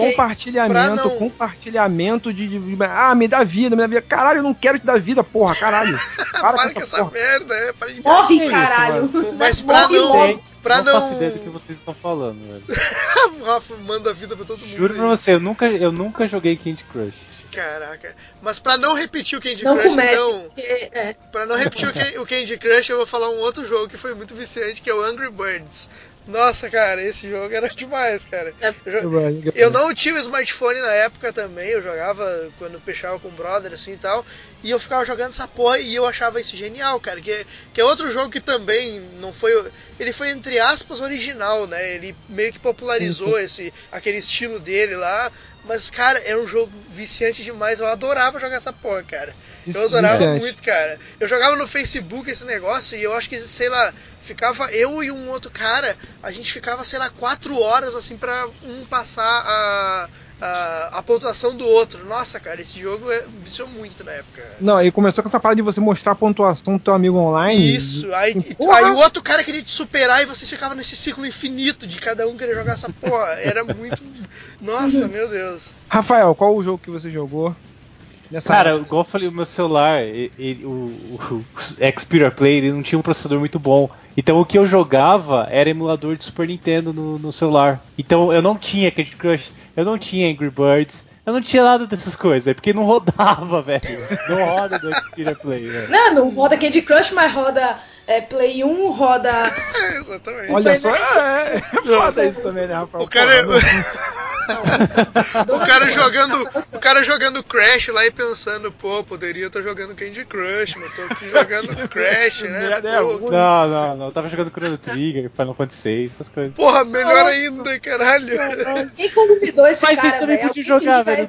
Compartilhamento de. Me dá vida, me dá vida. Caralho, eu não quero te dar vida, porra, caralho. Para com essa merda, para de Morre, Que isso, caralho. mano? Mas pra Morre não- logo. Pra não faço ideia do que vocês estão falando, velho. O Rafa manda a vida pra todo mundo. Juro pra aí. você, eu nunca joguei Candy Crush. Caraca. Mas pra não repetir o Candy Não Crush, comece. então. Porque, Pra não repetir o Candy Crush, eu vou falar um outro jogo que foi muito viciante, que é o Angry Birds. Nossa, cara, esse jogo era demais, cara. Eu não tive smartphone na época também, eu jogava quando fechava com o brother assim e tal, e eu ficava jogando essa porra e eu achava isso genial, cara, que é outro jogo que também não foi, ele foi entre aspas original, né, ele meio que popularizou aquele estilo dele lá, mas cara, era um jogo viciante demais, eu adorava jogar essa porra, cara. Eu adorava muito, cara. Eu jogava no Facebook esse negócio e eu acho que, sei lá, ficava eu e um outro cara, a gente ficava, sei lá, 4 horas assim pra um passar a pontuação do outro. Nossa, cara, esse jogo viciou muito na época. Não, e começou com essa parada de você mostrar a pontuação do teu amigo online. Isso, aí o outro cara queria te superar e você ficava nesse ciclo infinito de cada um querer jogar essa porra. Era muito. Nossa, meu Deus. Rafael, qual o jogo que você jogou? Cara, igual eu falei, o meu celular, o Xperia Play, ele não tinha um processador muito bom. Então o que eu jogava era emulador de Super Nintendo no celular. Então eu não tinha Candy Crush, eu não tinha Angry Birds, eu não tinha nada dessas coisas. É porque não rodava, velho. Não roda do Xperia Play, velho. Não roda Candy Crush, mas roda Play 1, roda. Exatamente. Olha só, foda isso também, né, Rafael? O cara jogando Crash lá e pensando, pô, poderia estar jogando Candy Crush, mas tô aqui jogando Crash, né? Não, eu tava jogando Chrono Trigger, Final Fantasy VI, essas coisas. Porra, melhor ainda, caralho. Quem convidou esse mas cara, vocês também velho? podiam jogar, velho.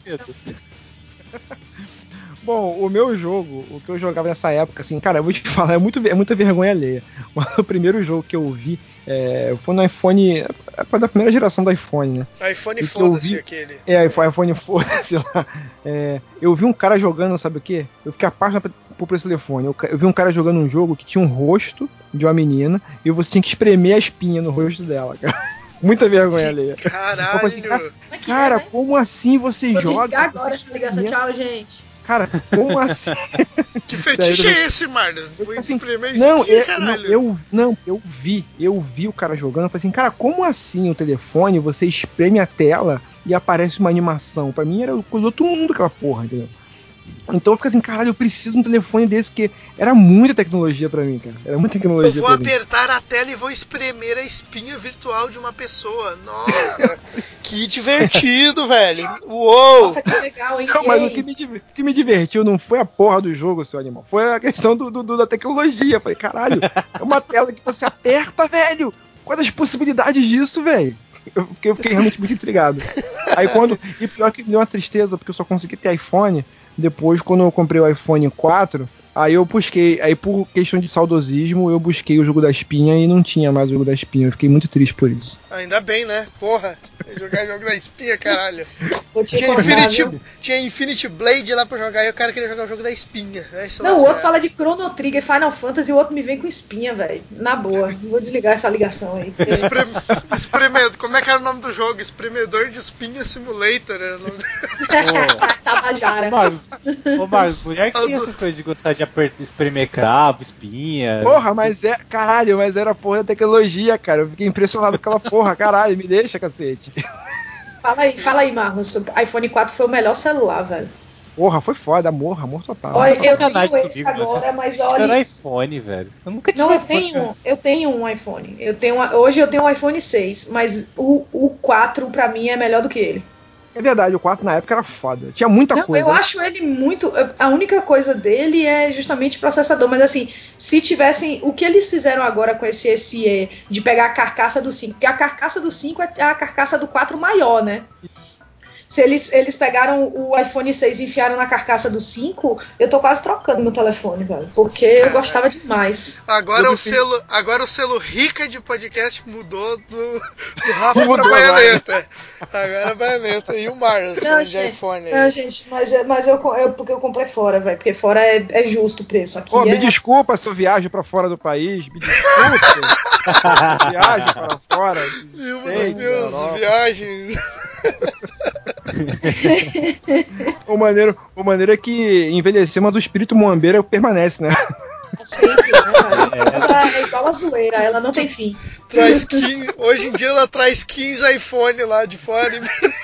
Bom, o meu jogo, o que eu jogava nessa época, assim, cara, eu vou te falar, é muita vergonha alheia. O primeiro jogo que eu vi foi no iPhone, foi da primeira geração do iPhone, né? iPhone foda-se aquele. iPhone foda-se lá. Eu vi um cara jogando, sabe o quê? Eu fiquei apaixonado por esse telefone. Eu vi um cara jogando um jogo que tinha um rosto de uma menina e você tinha que espremer a espinha no rosto dela, cara. Muita vergonha alheia. Caralho! Assim, cara, como assim você joga? Agora essa ligação, tchau, gente. Cara, como assim? Que fetiche é esse, Marlos? Foi assim, espremer espinha, caralho. Eu vi o cara jogando, eu falei assim, cara, como assim o telefone, você espreme a tela e aparece uma animação? Pra mim era coisa do outro mundo aquela porra, entendeu? Então eu fico assim, caralho, eu preciso de um telefone desse, porque era muita tecnologia pra mim, cara. Era muita tecnologia. Eu vou apertar a tela e vou espremer a espinha virtual de uma pessoa. Nossa, que divertido, velho. Uou! Nossa, que legal, hein? Não, mas o que me divertiu não foi a porra do jogo, seu animal. Foi a questão da tecnologia. Eu falei, caralho, é uma tela que você aperta, velho. Quais as possibilidades disso, velho? Eu fiquei realmente muito intrigado. Aí e pior que me deu uma tristeza, porque eu só consegui ter iPhone depois, quando eu comprei o iPhone 4, Aí eu busquei, aí por questão de saudosismo, eu busquei o jogo da espinha e não tinha mais o jogo da espinha. Eu fiquei muito triste por isso. Ainda bem, né? Porra, jogar jogo da espinha, caralho. Vou te Tinha contar, Infinity, viu? tinha Infinity Blade lá pra jogar e o cara queria jogar o jogo da espinha. Não, o outro fala de Chrono Trigger, Final Fantasy e o outro me vem com espinha, velho. Na boa. Vou desligar essa ligação aí. Porque... Espremedor, como é que era o nome do jogo? Espremedor de Espinha Simulator. Era o nome do... Tabajara. Ô, Marcos, mulher que tinha essas coisas de gostar de espremer cravo, espinha. Porra, mas caralho, mas era porra da tecnologia, cara. Eu fiquei impressionado com aquela porra, caralho, me deixa, cacete. Fala aí, Marcos. O iPhone 4 foi o melhor celular, velho. Porra, foi foda, amor total. Olha, eu Sacanagem tenho esse comigo, agora, mas Era olha. iPhone, velho. Eu nunca tive Não, iPhone. eu tenho um iPhone. Hoje eu tenho um iPhone 6, mas o 4 pra mim é melhor do que ele. É verdade, o 4 na época era foda. Tinha muita coisa. Eu acho ele muito. A única coisa dele é justamente processador, mas assim, se tivessem. O que eles fizeram agora com esse SE de pegar a carcaça do 5, porque a carcaça do 5 é a carcaça do 4 maior, né? Se eles pegaram o iPhone 6 e enfiaram na carcaça do 5, eu tô quase trocando meu telefone, velho. Porque eu gostava demais. Agora o selo rica de podcast mudou do Rafa pra Baioneta. Agora a Baioneta e o Marlos de iPhone aí. Não, gente, mas eu porque eu comprei fora, velho. Porque fora é justo o preço. Aqui me desculpa se eu viajo pra fora do país. Me desculpa. Eu viajo para fora. E uma das minhas viagens. O maneiro é que envelheceu, mas o espírito moambeiro permanece, né? Sempre, né, ela é igual a zoeira, ela não tem fim. Hoje em dia ela traz 15 iPhone lá de fora.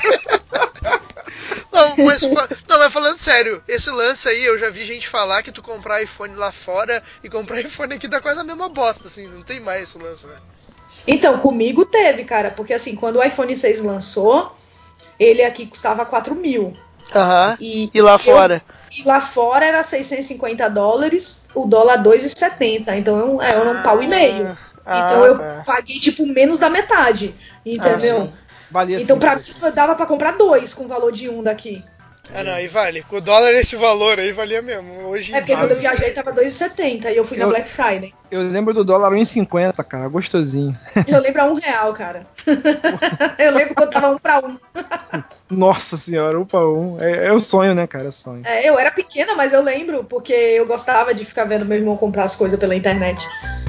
Mas falando sério, esse lance aí, eu já vi gente falar que tu comprar iPhone lá fora e comprar iPhone aqui dá quase a mesma bosta, assim, não tem mais esse lance, né? Então, comigo teve, cara, porque assim, quando o iPhone 6 lançou, ele aqui custava 4 mil. Aham. E lá fora? E lá fora era $650, o dólar 2,70. Então era um pau e meio. Então eu paguei tipo menos da metade. Entendeu? Então pra mim dava pra comprar 2 com o valor de 1 daqui. Não, e vale. Com o dólar esse valor aí valia mesmo. Hoje porque quando eu viajei tava 2,70 e eu fui na Black Friday. Eu lembro do dólar 1,50, cara, gostosinho. Eu lembro a R$1, cara. Eu lembro quando tava 1 pra 1. Nossa senhora, 1 pra 1. É o sonho, né, cara? É o sonho. Eu era pequena, mas eu lembro, porque eu gostava de ficar vendo meu irmão comprar as coisas pela internet.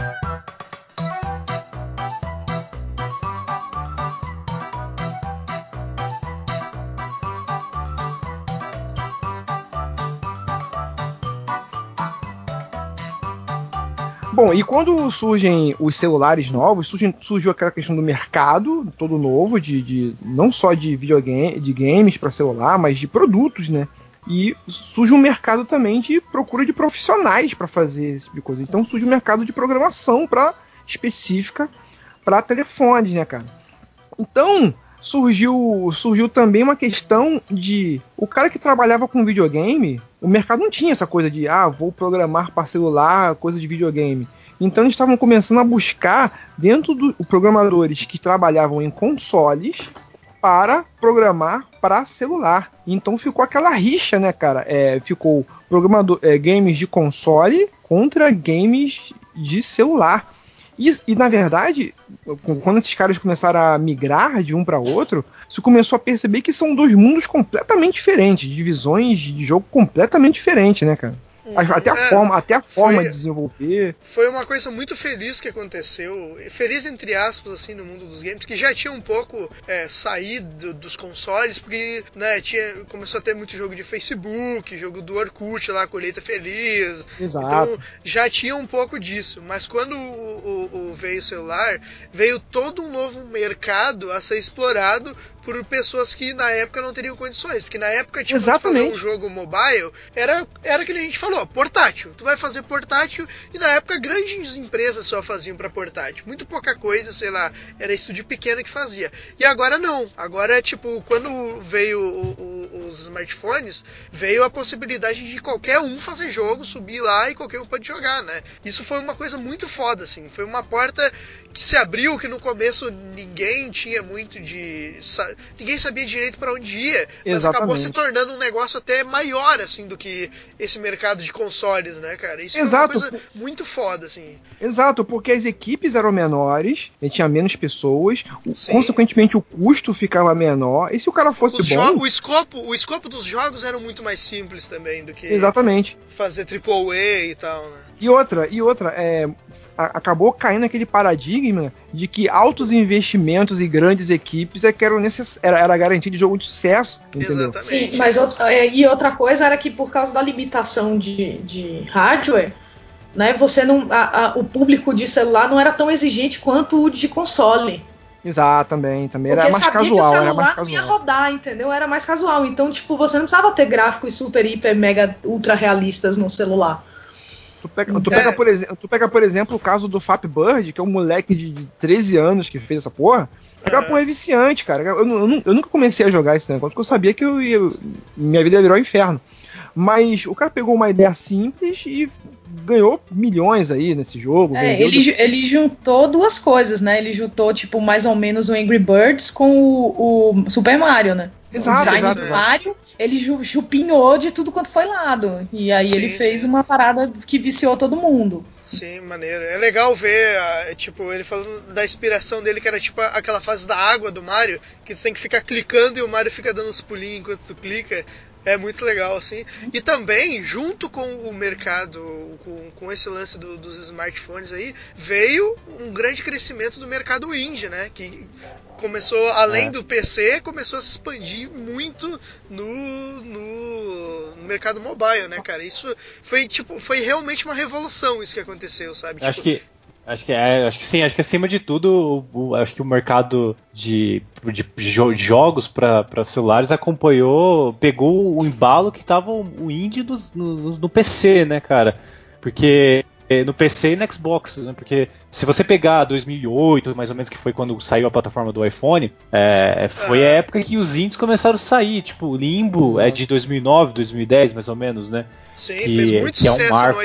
Bom, e quando surgem os celulares novos, surgiu aquela questão do mercado todo novo, de não só de videogame, de games para celular, mas de produtos, né? E surge um mercado também de procura de profissionais para fazer esse tipo de coisa. Então surge um mercado de programação específica para telefones, né, cara? Então surgiu também uma questão de o cara que trabalhava com videogame, o mercado não tinha essa coisa de vou programar para celular, coisa de videogame. Então eles estavam começando a buscar dentro dos programadores que trabalhavam em consoles para programar para celular. Então ficou aquela rixa, né, cara? Ficou games de console contra games de celular. E na verdade, quando esses caras começaram a migrar de um para outro, você começou a perceber que são dois mundos completamente diferentes, divisões de jogo completamente diferentes, né, cara? Até a forma de desenvolver. Foi uma coisa muito feliz que aconteceu. Feliz entre aspas, assim, no mundo dos games, que já tinha um pouco saído dos consoles, porque né, começou a ter muito jogo de Facebook, jogo do Orkut lá, Colheita Feliz. Exato. Então já tinha um pouco disso. Mas quando veio o celular, veio todo um novo mercado a ser explorado por pessoas que na época não teriam condições. Porque na época, tipo, fazer um jogo mobile era que a gente falou, portátil. Tu vai fazer portátil, e na época grandes empresas só faziam pra portátil. Muito pouca coisa, sei lá, era estúdio pequeno que fazia. E agora não. Agora, tipo, quando veio os smartphones, veio a possibilidade de qualquer um fazer jogo, subir lá e qualquer um pode jogar, né? Isso foi uma coisa muito foda, assim. Foi uma porta que se abriu, que no começo ninguém tinha muito de... Ninguém sabia direito pra onde ia, mas Exatamente. acabou se tornando um negócio até maior, assim, do que esse mercado de consoles, né, cara? Isso Exato. foi uma coisa muito foda, assim. Exato, porque as equipes eram menores, a gente tinha menos pessoas, Sim. consequentemente o custo ficava menor, e se o cara fosse bom... O escopo dos jogos era muito mais simples também do que Exatamente. fazer AAA e tal, né? E outra, acabou caindo aquele paradigma de que altos investimentos e grandes equipes que era garantia de jogo de sucesso, entendeu? Exatamente. Sim, mas outra coisa era que por causa da limitação de hardware, né, você não, o público de celular não era tão exigente quanto o de console. Exato, também Porque era mais sabia casual, que o era mais celular não ia casual. rodar, entendeu? Era mais casual. Então, tipo, você não precisava ter gráficos super, hiper, mega, ultra realistas no celular. Tu pega, por exemplo, o caso do Fap Bird, que é um moleque de 13 anos que fez essa porra. Aquela porra é viciante, cara. Eu nunca comecei a jogar esse negócio, porque eu sabia que minha vida ia virar um inferno. Mas o cara pegou uma ideia simples e ganhou milhões aí nesse jogo. Ele juntou duas coisas, né? Ele juntou, tipo, mais ou menos o Angry Birds com o Super Mario, né? Exato, o design exato, do exato. Mario, ele chupinhou de tudo quanto foi lado. E aí Sim, ele fez sim. uma parada que viciou todo mundo. Sim, maneiro. É legal ver, tipo, ele falando da inspiração dele, que era tipo aquela fase da água do Mario, que tu tem que ficar clicando e o Mario fica dando uns pulinhos enquanto tu clica. É muito legal, assim. E também, junto com o mercado, com esse lance dos smartphones aí, veio um grande crescimento do mercado indie, né? Que começou, além do PC, começou a se expandir muito no mercado mobile, né, cara? Isso foi realmente uma revolução, isso que aconteceu, sabe? Acho que sim, acho que acima de tudo, acho que o mercado de jogos para celulares pegou o embalo que tava o indie no PC, né, cara? Porque no PC e no Xbox, né? Porque se você pegar 2008, mais ou menos, que foi quando saiu a plataforma do iPhone, foi a época que os indies começaram a sair, tipo, o Limbo é de 2009, 2010, mais ou menos, né? Sim, fez muito que sucesso é um marco,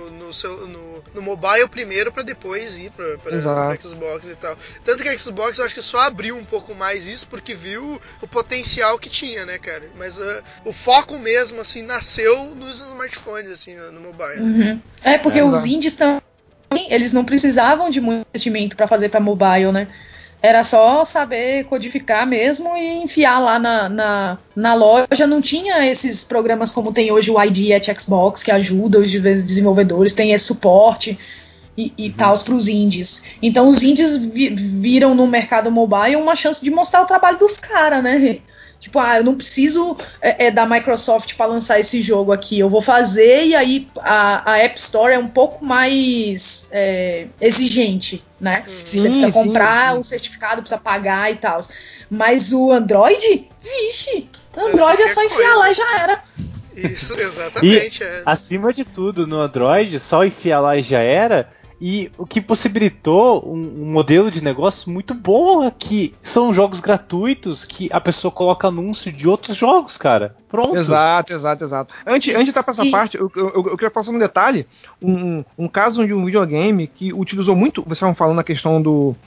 no mobile primeiro, pra depois ir pra Xbox e tal. Tanto que a Xbox eu acho que só abriu um pouco mais isso porque viu o potencial que tinha, né, cara? Mas o foco mesmo, assim, nasceu nos smartphones, assim, no mobile. Uhum. Porque os indies também, eles não precisavam de muito investimento pra fazer pra mobile, né? Era só saber codificar mesmo e enfiar lá na loja. Não tinha esses programas como tem hoje o ID at Xbox, que ajuda os desenvolvedores, tem esse suporte e tal para os indies. Então os indies viram no mercado mobile uma chance de mostrar o trabalho dos caras, né? Tipo, eu não preciso da Microsoft para lançar esse jogo aqui. Eu vou fazer e aí a App Store é um pouco mais exigente, né? Sim, você precisa comprar sim. um certificado, precisa pagar e tal. Mas o Android, vixe, Android é só enfiar lá e já era. Isso, exatamente. E, acima de tudo, no Android, só enfiar lá e já era. E o que possibilitou um modelo de negócio muito bom é que são jogos gratuitos que a pessoa coloca anúncio de outros jogos, cara. Pronto. Exato. Antes de estar para essa parte, eu queria passar um detalhe. Um caso de um videogame que utilizou muito. Vocês estavam falando na questão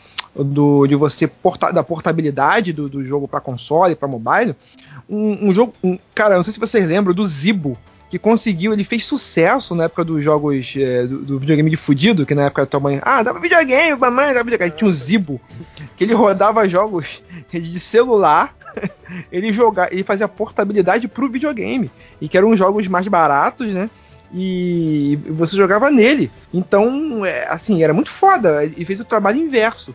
de você da portabilidade do jogo para console, para mobile. Um jogo. Cara, não sei se vocês lembram do Zibo, que ele fez sucesso na época dos jogos do videogame de fudido, que na época tua mãe, dava videogame, mamãe, dava videogame. Tinha um Zibo, que ele rodava jogos de celular, ele fazia portabilidade pro videogame, e que eram jogos mais baratos, né? E você jogava nele. Então, assim, era muito foda. E fez o trabalho inverso.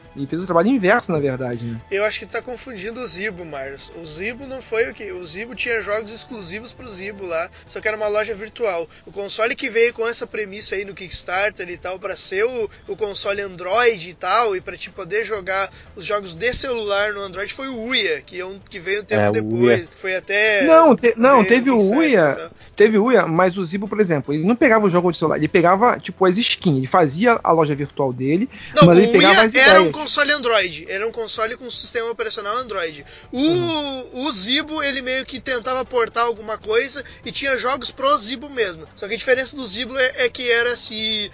Na verdade, né? Eu acho que tá confundindo o Zibo, Marlos. O Zibo não foi o que? O Zibo tinha jogos exclusivos pro Zibo lá, só que era uma loja virtual. O console que veio com essa premissa aí no Kickstarter e tal, pra ser o console Android e tal, e pra te poder jogar os jogos de celular no Android, foi o Uia, que veio um tempo depois. Foi até... Não, teve o Uia, mas o Zibo, por exemplo, exemplo, ele não pegava o jogo de celular, ele pegava, tipo, as skins, ele fazia a loja virtual dele, não, mas ele pegava as ideias. Era um console Android, era um console com sistema operacional Android. O Zibo, ele meio que tentava portar alguma coisa e tinha jogos pro Zibo mesmo. Só que a diferença do Zibo é que era se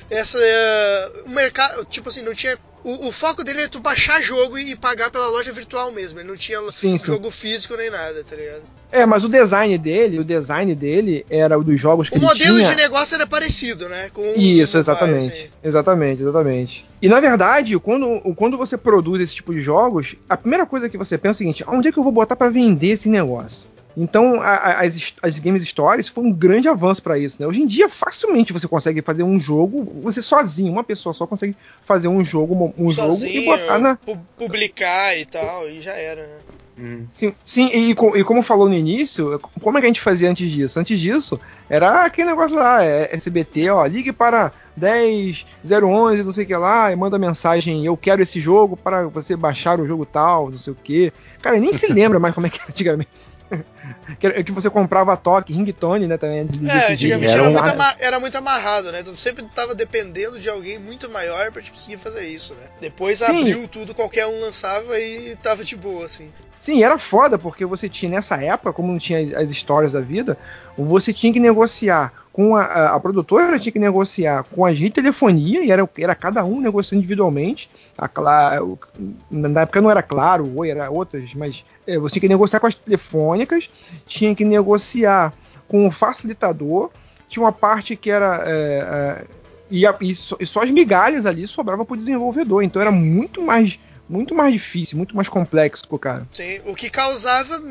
o mercado, tipo assim, não tinha. O foco dele é tu baixar jogo e pagar pela loja virtual mesmo. Ele não tinha jogo físico nem nada, tá ligado? Mas o design dele era o dos jogos que ele tinha. O modelo de negócio era parecido, né? Isso, exatamente. Exatamente. E na verdade, quando você produz esse tipo de jogos, a primeira coisa que você pensa é o seguinte: onde é que eu vou botar pra vender esse negócio? Então, as Game Stories foi um grande avanço para isso, né? Hoje em dia, facilmente você consegue fazer um jogo, você sozinho, uma pessoa só consegue fazer um jogo e botar na... publicar e tal, e já era, né? Sim, e como falou no início, como é que a gente fazia antes disso? Antes disso, era aquele negócio lá, SBT, ó, ligue para 10-011, não sei o que lá, e manda mensagem, eu quero esse jogo para você baixar o jogo tal, não sei o que. Cara, nem se lembra mais como é que era antigamente. Que você comprava toque, ringtone, né, também. Antigamente era muito amarrado, né? Tu sempre tava dependendo de alguém muito maior pra te conseguir fazer isso, né? Depois abriu tudo, qualquer um lançava e tava de boa, assim. Sim, era foda, porque você tinha, nessa época, como não tinha as histórias da vida, você tinha que negociar com a produtora, tinha que negociar com a de telefonia, e era cada um negociando individualmente. Na época não era Claro, Oi, era outras, mas você tinha que negociar com as telefônicas, tinha que negociar com o facilitador, tinha uma parte que era... e só as migalhas ali sobrava pro desenvolvedor, então era muito mais difícil, muito mais complexo, cara. Sim, o que causava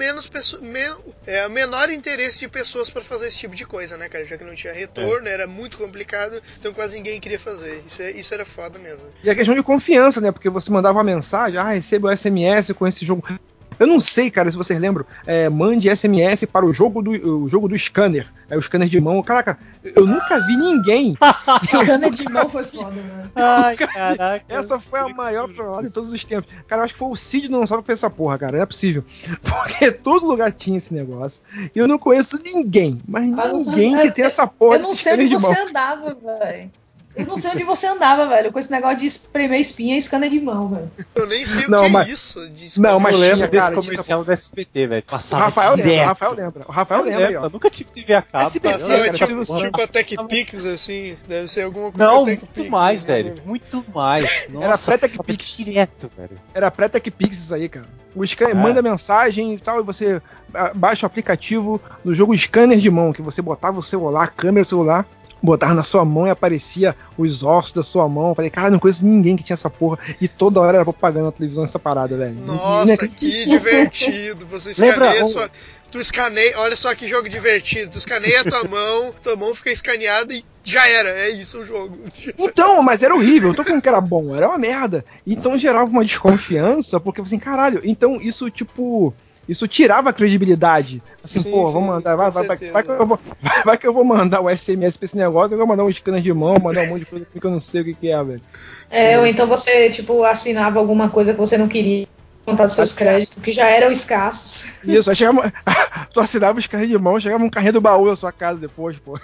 menor interesse de pessoas para fazer esse tipo de coisa, né, cara? Já que não tinha retorno, era muito complicado, então quase ninguém queria fazer. Isso era foda mesmo. E a questão de confiança, né? Porque você mandava uma mensagem, receba o SMS com esse jogo. Eu não sei, cara, se vocês lembram, mande SMS para o jogo do scanner. O scanner de mão. Caraca, eu nunca vi ninguém. Scanner de mão foi foda, mano. Ai, caraca. Essa foi a maior trollada de todos os tempos. Cara, eu acho que foi o Cid não sabe fazer essa porra, cara. Não é possível. Porque todo lugar tinha esse negócio. E eu não conheço ninguém, mas ninguém que tem essa porra desse scanner de mão. Eu não sei onde você andava, velho. Eu não sei onde você andava, velho, com esse negócio de espremer espinha e scanner de mão, velho. Eu nem sei o que é isso. Não, mas eu lembro desse cara, comercial do SBT, velho. O Rafael lembra. O Rafael lembra aí, ó. Eu nunca tive TV a cabo. SBT, cara, tipo a TechPix, assim. Deve ser alguma coisa. Não, muito mais, velho. Muito mais. Nossa, era pré-TechPix. Direto, velho. Era pré-TechPix isso aí, cara. O scanner manda mensagem e tal, e você baixa o aplicativo do jogo scanner de mão, que você botava o celular, a câmera do celular, botava na sua mão e aparecia os ossos da sua mão. Eu falei, cara, não conheço ninguém que tinha essa porra. E toda hora era propaganda na televisão essa parada, velho. Nossa, que divertido. Você escaneia tu escaneia, olha só que jogo divertido. Tu escaneia a tua mão fica escaneada e já era. É isso o jogo. Então, mas era horrível. Eu tô falando que era bom, era uma merda. Então gerava uma desconfiança, porque assim, caralho. Então isso, tipo... Isso tirava a credibilidade. Assim, sim, vou mandar. Vai que eu vou mandar o SMS pra esse negócio, eu vou mandar um scanner de mão, mandar um monte de coisa que eu não sei o que é, velho. Ou então você, tipo, assinava alguma coisa que você não queria contar dos seus créditos, que já eram escassos. Isso, aí chegava. Tu assinava os carrinhos de mão, chegava um carrinho do baú na sua casa depois, pô.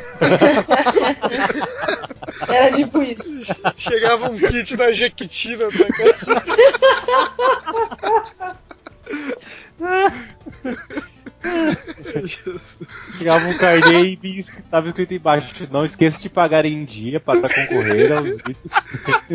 Era tipo isso. Chegava um kit da Jequiti na tua casa. Chegava um carnê e estava escrito embaixo: não esqueça de pagar em dia para concorrer aos itens.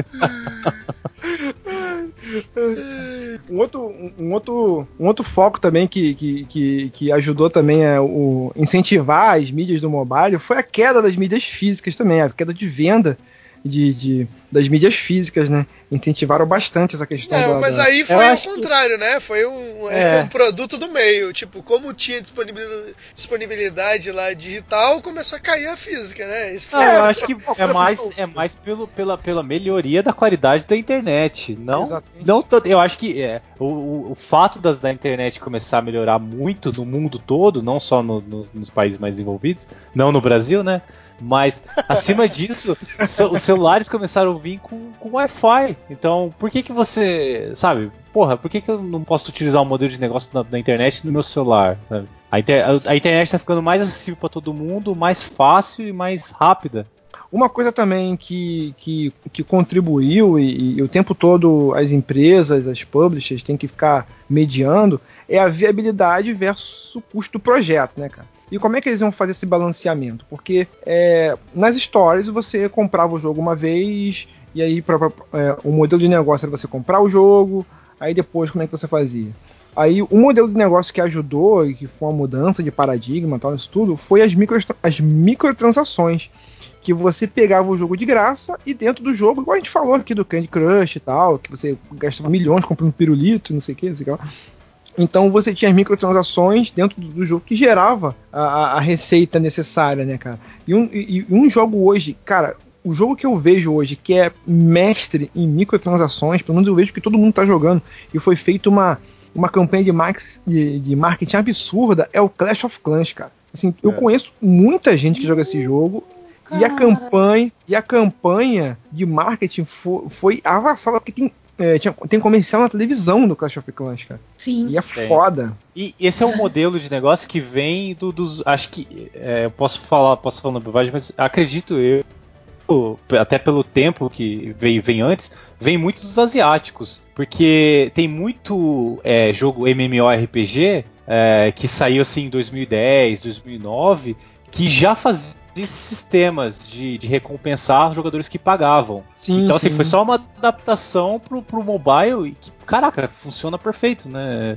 Um outro foco também que ajudou também a incentivar as mídias do mobile foi a queda das mídias físicas também, a queda de venda das mídias físicas, né? Incentivaram bastante essa questão. Mas aí foi o contrário, né? Foi um produto do meio. Tipo, como tinha disponibilidade lá digital, começou a cair a física, né? Eu acho que é mais pela melhoria da qualidade da internet. Não tanto. Eu acho que o fato da internet começar a melhorar muito no mundo todo, não só nos países mais desenvolvidos, não no Brasil, né? Mas, acima disso, os celulares começaram a vir com Wi-Fi. Então, por que você... Sabe? porra, por que eu não posso utilizar um modelo de negócio na internet no meu celular? Sabe? A internet tá ficando mais acessível para todo mundo, mais fácil e mais rápida. Uma coisa também que contribuiu e o tempo todo as empresas, as publishers têm que ficar mediando é a viabilidade versus o custo do projeto, né, cara? E como é que eles vão fazer esse balanceamento? Porque nas stories você comprava o jogo uma vez e aí o modelo de negócio era você comprar o jogo, aí depois como é que você fazia? Aí o modelo de negócio que ajudou e que foi uma mudança de paradigma, tal, isso tudo, foi as microtransações. Que você pegava o jogo de graça e dentro do jogo, igual a gente falou aqui do Candy Crush e tal, que você gastava milhões comprando pirulito, não sei o que, não sei o que lá. Então você tinha as microtransações dentro do jogo que gerava a receita necessária, né, cara? E um jogo hoje, cara, o jogo que eu vejo hoje que é mestre em microtransações, pelo menos eu vejo que todo mundo tá jogando, e foi feita uma campanha de marketing absurda, é o Clash of Clans, cara. Assim, eu conheço muita gente que joga esse jogo. E a campanha de marketing foi avassaladora, porque tem comercial na televisão do Clash of Clans, cara. Sim. E é foda. E esse é um modelo de negócio que vem dos. Acho que. Eu posso falar na bobagem, mas acredito eu, até pelo tempo que vem antes, vem muito dos asiáticos. Porque tem muito jogo MMORPG que saiu assim em 2010, 2009, que já fazia esses sistemas de recompensar os jogadores que pagavam. Sim, então, assim, sim. foi só uma adaptação pro mobile e que, caraca, funciona perfeito, né?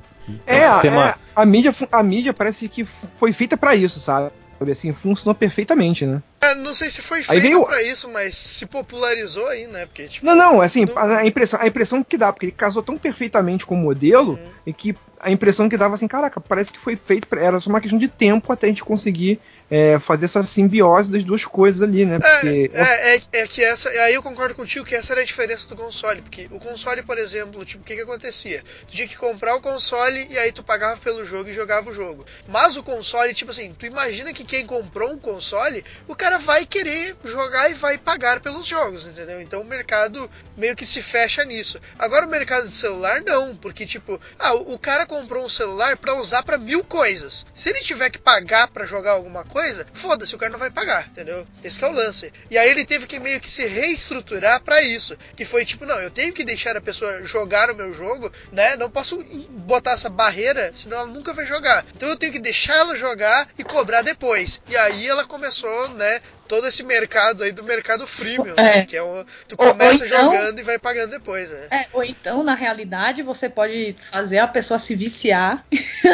A mídia parece que foi feita pra isso, sabe? Assim, funcionou perfeitamente, né? Não sei se foi feito pra isso, mas se popularizou aí, né? Porque, tipo, não, assim, a impressão que dá, porque ele casou tão perfeitamente com o modelo, e que a impressão que dava assim, caraca, parece que foi feito, era só uma questão de tempo até a gente conseguir fazer essa simbiose das duas coisas ali, né? Porque que essa, aí eu concordo contigo que essa era a diferença do console, porque o console, por exemplo, tipo, o que acontecia? Tu tinha que comprar o console e aí tu pagava pelo jogo e jogava o jogo. Mas o console, tipo assim, tu imagina que quem comprou um console, o cara vai querer jogar e vai pagar pelos jogos, entendeu? Então o mercado meio que se fecha nisso. Agora o mercado de celular não, porque tipo, o cara comprou um celular pra usar pra 1000 coisas. Se ele tiver que pagar pra jogar alguma coisa, foda-se, o cara não vai pagar, entendeu? Esse que é o lance. E aí ele teve que meio que se reestruturar pra isso, que foi tipo, não, eu tenho que deixar a pessoa jogar o meu jogo, né? Não posso botar essa barreira, senão ela nunca vai jogar. Então eu tenho que deixar ela jogar e cobrar depois. E aí ela começou, né, todo esse mercado aí do mercado freemium, né, que é tu começa então, jogando e vai pagando depois, né? Ou então, na realidade, você pode fazer a pessoa se viciar.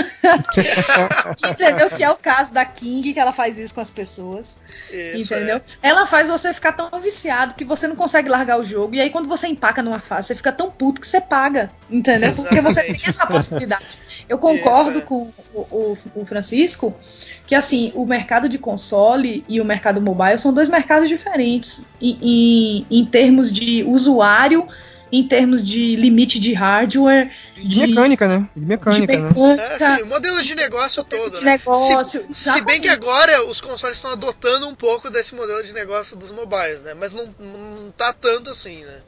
Entendeu? Que é o caso da King, que ela faz isso com as pessoas. Isso, entendeu? Ela faz você ficar tão viciado que você não consegue largar o jogo. E aí, quando você empaca numa fase, você fica tão puto que você paga. Entendeu? Exatamente. Porque você tem essa possibilidade. Eu concordo com o Francisco que, assim, o mercado de console e o mercado mobile são dois mercados diferentes em termos de usuário, em termos de limite de hardware, de mecânica, né? De mecânica, né? Sim, o modelo de negócio todo, né? Se bem que agora os consoles estão adotando um pouco desse modelo de negócio dos mobiles, né? Mas não tá tanto assim, né?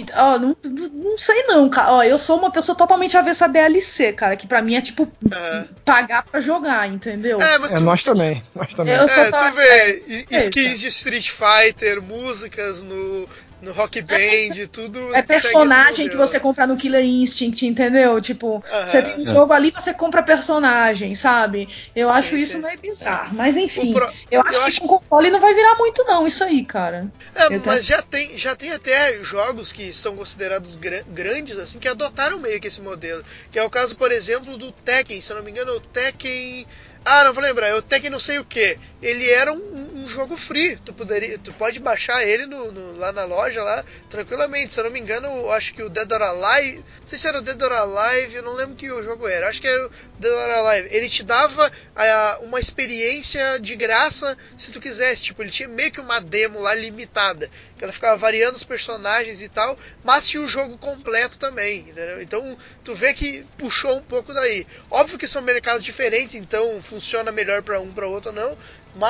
Não sei não, cara. Ó, eu sou uma pessoa totalmente avessa a DLC, cara, que pra mim é tipo pagar pra jogar, entendeu? Nós também. Tu vê skins de Street Fighter, músicas no Rock Band, tudo. É personagem que você compra no Killer Instinct, entendeu? Tipo, você tem um jogo ali, você compra personagem, sabe? Eu acho isso meio bizarro. Mas enfim, eu acho que com console não vai virar muito, não, isso aí, cara. Mas já tem até jogos que são considerados grandes, assim, que adotaram meio que esse modelo. Que é o caso, por exemplo, do Tekken, se eu não me engano, o Tekken. Não vou lembrar, o Tekken não sei o que. Ele era um jogo free. Tu pode baixar ele lá na loja, lá, tranquilamente. Se eu não me engano, eu acho que o Dead or Alive. Não sei se era o Dead or Alive, eu não lembro que o jogo era. Acho que era o Dead or Alive. Ele te dava uma experiência de graça se tu quisesse. Tipo, ele tinha meio que uma demo lá limitada. Que ela ficava variando os personagens e tal, mas tinha o jogo completo também, entendeu? Então, tu vê que puxou um pouco daí. Óbvio que são mercados diferentes, então funciona melhor para um, para outro não, mas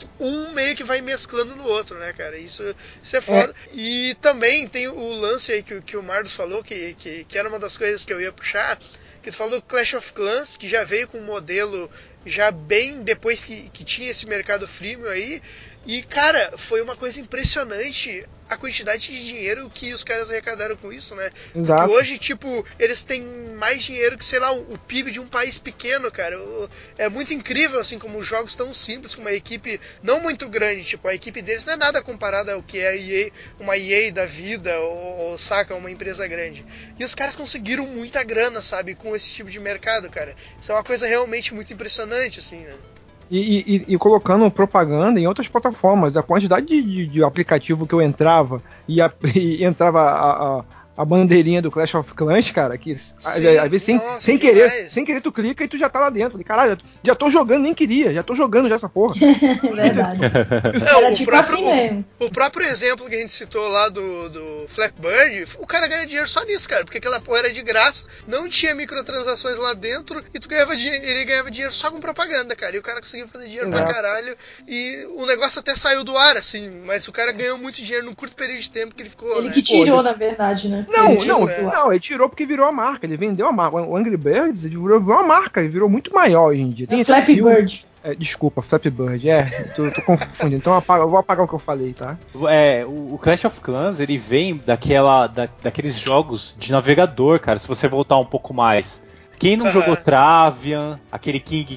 um meio que vai mesclando no outro, né, cara? Isso é foda. E também tem o lance aí que o Marlos falou, que era uma das coisas que eu ia puxar, que tu falou do Clash of Clans, que já veio com um modelo já bem depois que tinha esse mercado freemium aí. E, cara, foi uma coisa impressionante a quantidade de dinheiro que os caras arrecadaram com isso, né? Exato. Porque hoje, tipo, eles têm mais dinheiro que, sei lá, o PIB de um país pequeno, cara. É muito incrível, assim, como jogos tão simples, com uma equipe não muito grande. Tipo, a equipe deles não é nada comparada ao que é a EA, uma EA da vida, ou saca, uma empresa grande. E os caras conseguiram muita grana, sabe, com esse tipo de mercado, cara. Isso é uma coisa realmente muito impressionante, assim, né? E colocando propaganda em outras plataformas. A quantidade de aplicativo que eu entrava e entrava a bandeirinha do Clash of Clans, cara, que às vezes sem querer tu clica e tu já tá lá dentro. Falei, caralho, já tô jogando, nem queria, já tô jogando já essa porra. Verdade. Não, Era tipo assim mesmo. O próprio exemplo que a gente citou lá do Flappy Bird, o cara ganha dinheiro só nisso, cara, porque aquela porra era de graça, não tinha microtransações lá dentro e ele ganhava dinheiro só com propaganda, cara, e o cara conseguiu fazer dinheiro pra caralho e o negócio até saiu do ar, assim, mas o cara ganhou muito dinheiro num curto período de tempo que ele ficou, Ele né? que tirou, na verdade, né? Não, ele tirou porque virou a marca, ele vendeu a marca. O Angry Birds virou uma marca, ele virou muito maior hoje em dia. Tem Flappy Bird. Desculpa, Flappy Bird, tô confundindo, então eu vou apagar o que eu falei, tá? O Clash of Clans, ele vem daqueles jogos de navegador, cara, se você voltar um pouco mais. Quem não jogou Travian, aquele King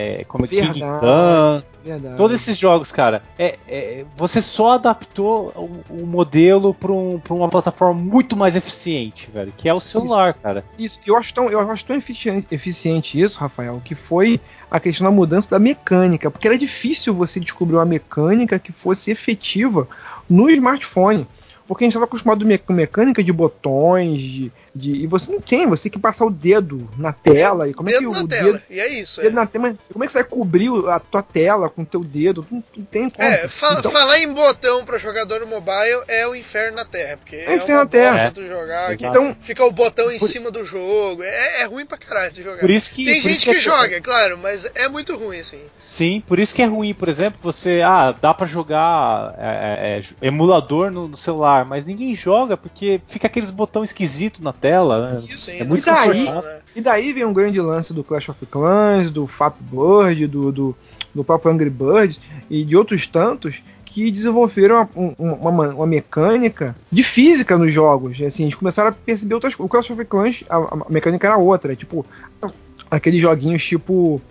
Khan, todos esses jogos, cara, você só adaptou o modelo para uma plataforma muito mais eficiente, velho, que é o celular, cara. Isso, eu acho tão eficiente isso, Rafael, que foi a questão da mudança da mecânica, porque era difícil você descobrir uma mecânica que fosse efetiva no smartphone. Porque a gente estava acostumado com mecânica de botões, e você não tem, você tem que passar o dedo na tela. E como é que o dedo, e é isso. Dedo na tela, como é que você vai cobrir a tua tela com o teu dedo? Não tem como. Falar em botão para jogador mobile é o inferno na Terra, porque é o inferno na Terra. Tu jogar, então, fica o botão em cima do jogo, é ruim pra caralho de jogar. Tem gente que joga, claro, mas é muito ruim, assim. Sim, por isso que é ruim, por exemplo, você, dá pra jogar emulador no celular, mas ninguém joga porque fica aqueles botões esquisitos na tela, né? Isso, é muito e daí vem um grande lance do Clash of Clans, do Flappy Bird, do próprio Angry Birds e de outros tantos que desenvolveram uma mecânica de física nos jogos. Assim, eles começaram a perceber outras coisas. O Clash of Clans, a mecânica era outra, tipo aqueles joguinhos tipo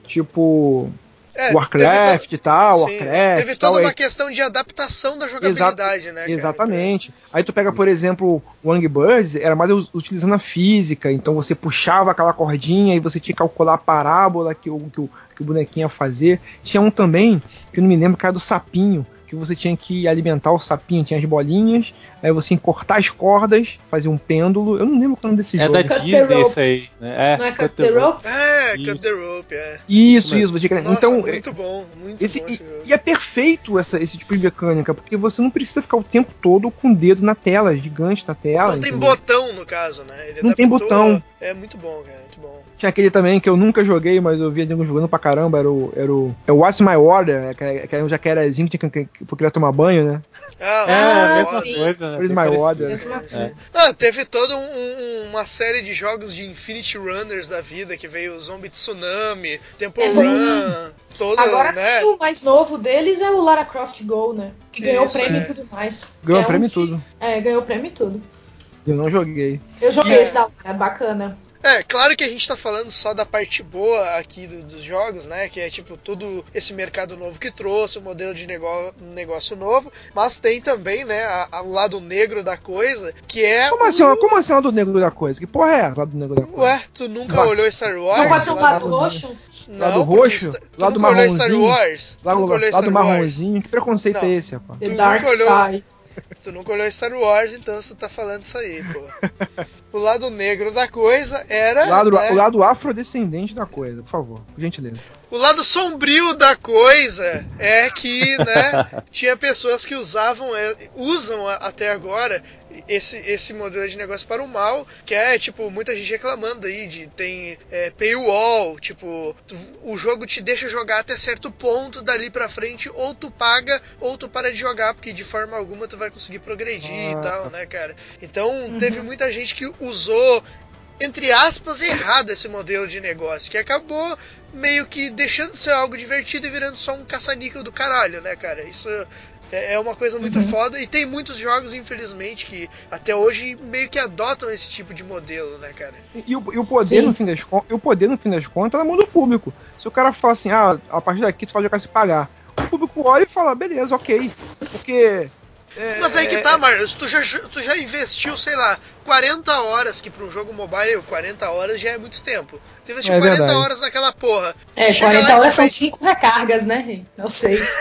Warcraft e tal, Warcraft. Teve toda uma questão de adaptação da jogabilidade, né, cara? Exatamente. Aí tu pega, por exemplo, o Angry Birds, era mais utilizando a física, então você puxava aquela cordinha e você tinha que calcular a parábola que o bonequinho ia fazer. Tinha um também, que eu não me lembro, que era do sapinho, que você tinha que alimentar o sapinho, tinha as bolinhas, aí você tinha que cortar as cordas, fazer um pêndulo. Eu não lembro qual é desse jogo. É da Disney isso aí. Né? Não é Cut the Rope? Cut the Rope, Isso. Você Nossa, então, muito bom esse jogo. E é perfeito esse tipo de mecânica, porque você não precisa ficar o tempo todo com o dedo na tela, gigante na tela. Não tem botão, no caso, né? Não tem botão. É muito bom, cara, muito bom. Tinha aquele também que eu nunca joguei, mas eu via alguns jogando pra caramba, era o What's My Order, que era um jacarezinho que foi querer tomar banho, né? A mesma coisa, né? What's My Order. Teve toda uma série de jogos de Infinity Runners da vida, que veio o Zombie Tsunami, Temple Run, todo, agora, né? O mais novo deles é o Lara Croft Go, né? Que ganhou prêmio e tudo mais. Ganhou prêmio e tudo. Ganhou prêmio e tudo. Eu não joguei. Eu joguei esse da Lara, é bacana. Claro que a gente tá falando só da parte boa aqui dos jogos, né? Que é tipo todo esse mercado novo que trouxe, o modelo de negócio novo, mas tem também, né, o lado negro da coisa, que é. Como assim o lado negro da coisa? Que porra é o lado negro da coisa? Ué, tu nunca olhou Star Wars? Não pode ser o lado roxo? Lado roxo? Lado marronzinho? Star Wars? Lado marronzinho? Que preconceito é esse, rapaz? The Dark Side. Tu nunca olhou Star Wars, então você tá falando isso aí, pô. O lado negro da coisa era... O lado afrodescendente da coisa, por favor, por gentileza. O O lado sombrio da coisa é que, né, tinha pessoas que usam até agora esse modelo de negócio para o mal, que é, tipo, muita gente reclamando aí tem paywall, tipo, o jogo te deixa jogar até certo ponto, dali pra frente, ou tu paga, ou tu para de jogar, porque de forma alguma tu vai conseguir progredir e tal, né, cara? Então, teve muita gente que usou, entre aspas, errado esse modelo de negócio, que acabou meio que deixando de ser algo divertido e virando só um caça-níquel do caralho, né, cara? Isso é uma coisa muito foda, e tem muitos jogos, infelizmente, que até hoje meio que adotam esse tipo de modelo, né, cara? E o poder, no fim das contas, é na mão do público. Se o cara fala assim, a partir daqui tu vai jogar se pagar, o público olha e fala, beleza, ok. Porque... Mas aí que tá, Marcos, tu já investiu, sei lá, 40 horas, que pra um jogo mobile 40 horas já é muito tempo. Tu investiu 40 verdade. horas naquela porra. 40 horas são 5 recargas, né? Não 6.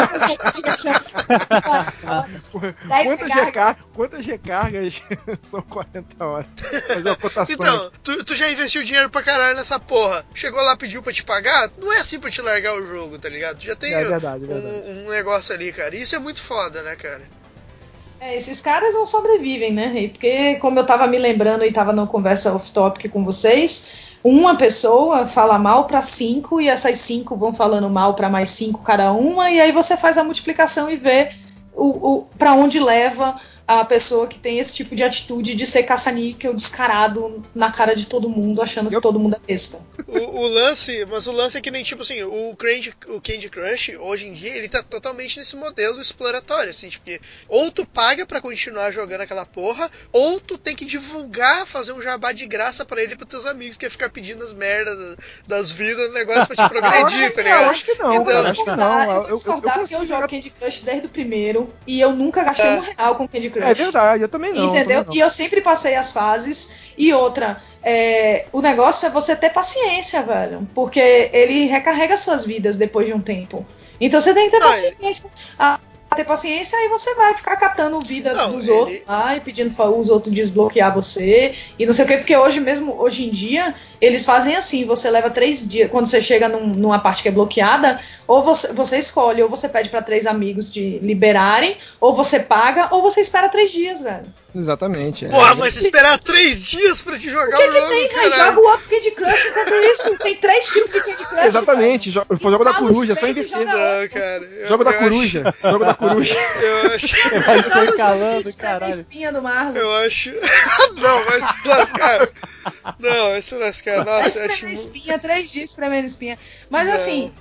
Quantas recargas são 40 horas? Fazer uma cotação. Então, tu já investiu dinheiro pra caralho nessa porra. Chegou lá, pediu pra te pagar, não é assim pra te largar o jogo, tá ligado? Tu já tem verdade. Um negócio ali, cara. E isso é muito foda, né, cara? Esses caras não sobrevivem, né? Porque, como eu tava me lembrando e tava numa conversa off-topic com vocês, uma pessoa fala mal para 5 e essas 5 vão falando mal para mais 5 cada uma, e aí você faz a multiplicação e vê para onde leva a pessoa que tem esse tipo de atitude de ser caça-níquel descarado na cara de todo mundo, achando que todo mundo é besta. O lance é que nem, tipo assim, o Candy Crush, hoje em dia, ele tá totalmente nesse modelo exploratório, assim, tipo, que ou tu paga pra continuar jogando aquela porra, ou tu tem que divulgar, fazer um jabá de graça pra ele e pros teus amigos, que é ficar pedindo as merdas das vidas do negócio pra te progredir, tá ligado? Eu acho que não, eu cara, acho que não. Eu vou discordar porque eu jogo Candy Crush desde o primeiro e eu nunca gastei R$1 com Candy Crush. É verdade, eu também não. Entendeu? E eu sempre passei as fases. E outra, o negócio é você ter paciência, velho. Porque ele recarrega suas vidas depois de um tempo. Então você tem que ter paciência. Ter paciência, aí você vai ficar catando vida dos outros e pedindo para os outros desbloquear você e não sei o que, porque hoje em dia eles fazem assim, você leva 3 dias, quando você chega numa parte que é bloqueada, ou você escolhe, ou você pede para 3 amigos de liberarem, ou você paga, ou você espera 3 dias, velho. Exatamente. Porra, mas esperar 3 dias pra te jogar o jogo, tem, velho? Joga o outro Candy Crush enquanto isso. Tem 3 tipos de Candy Crush. Exatamente, jogo da coruja, só invertido. Não, cara. Jogo da coruja. Eu acho. Vai ficar calando, caralho. Espinha do Marlos. Eu acho. Não, vai se lascar. Não, vai se lascar. Nossa, espinha, 3 dias espremendo espinha. Mas não. Assim,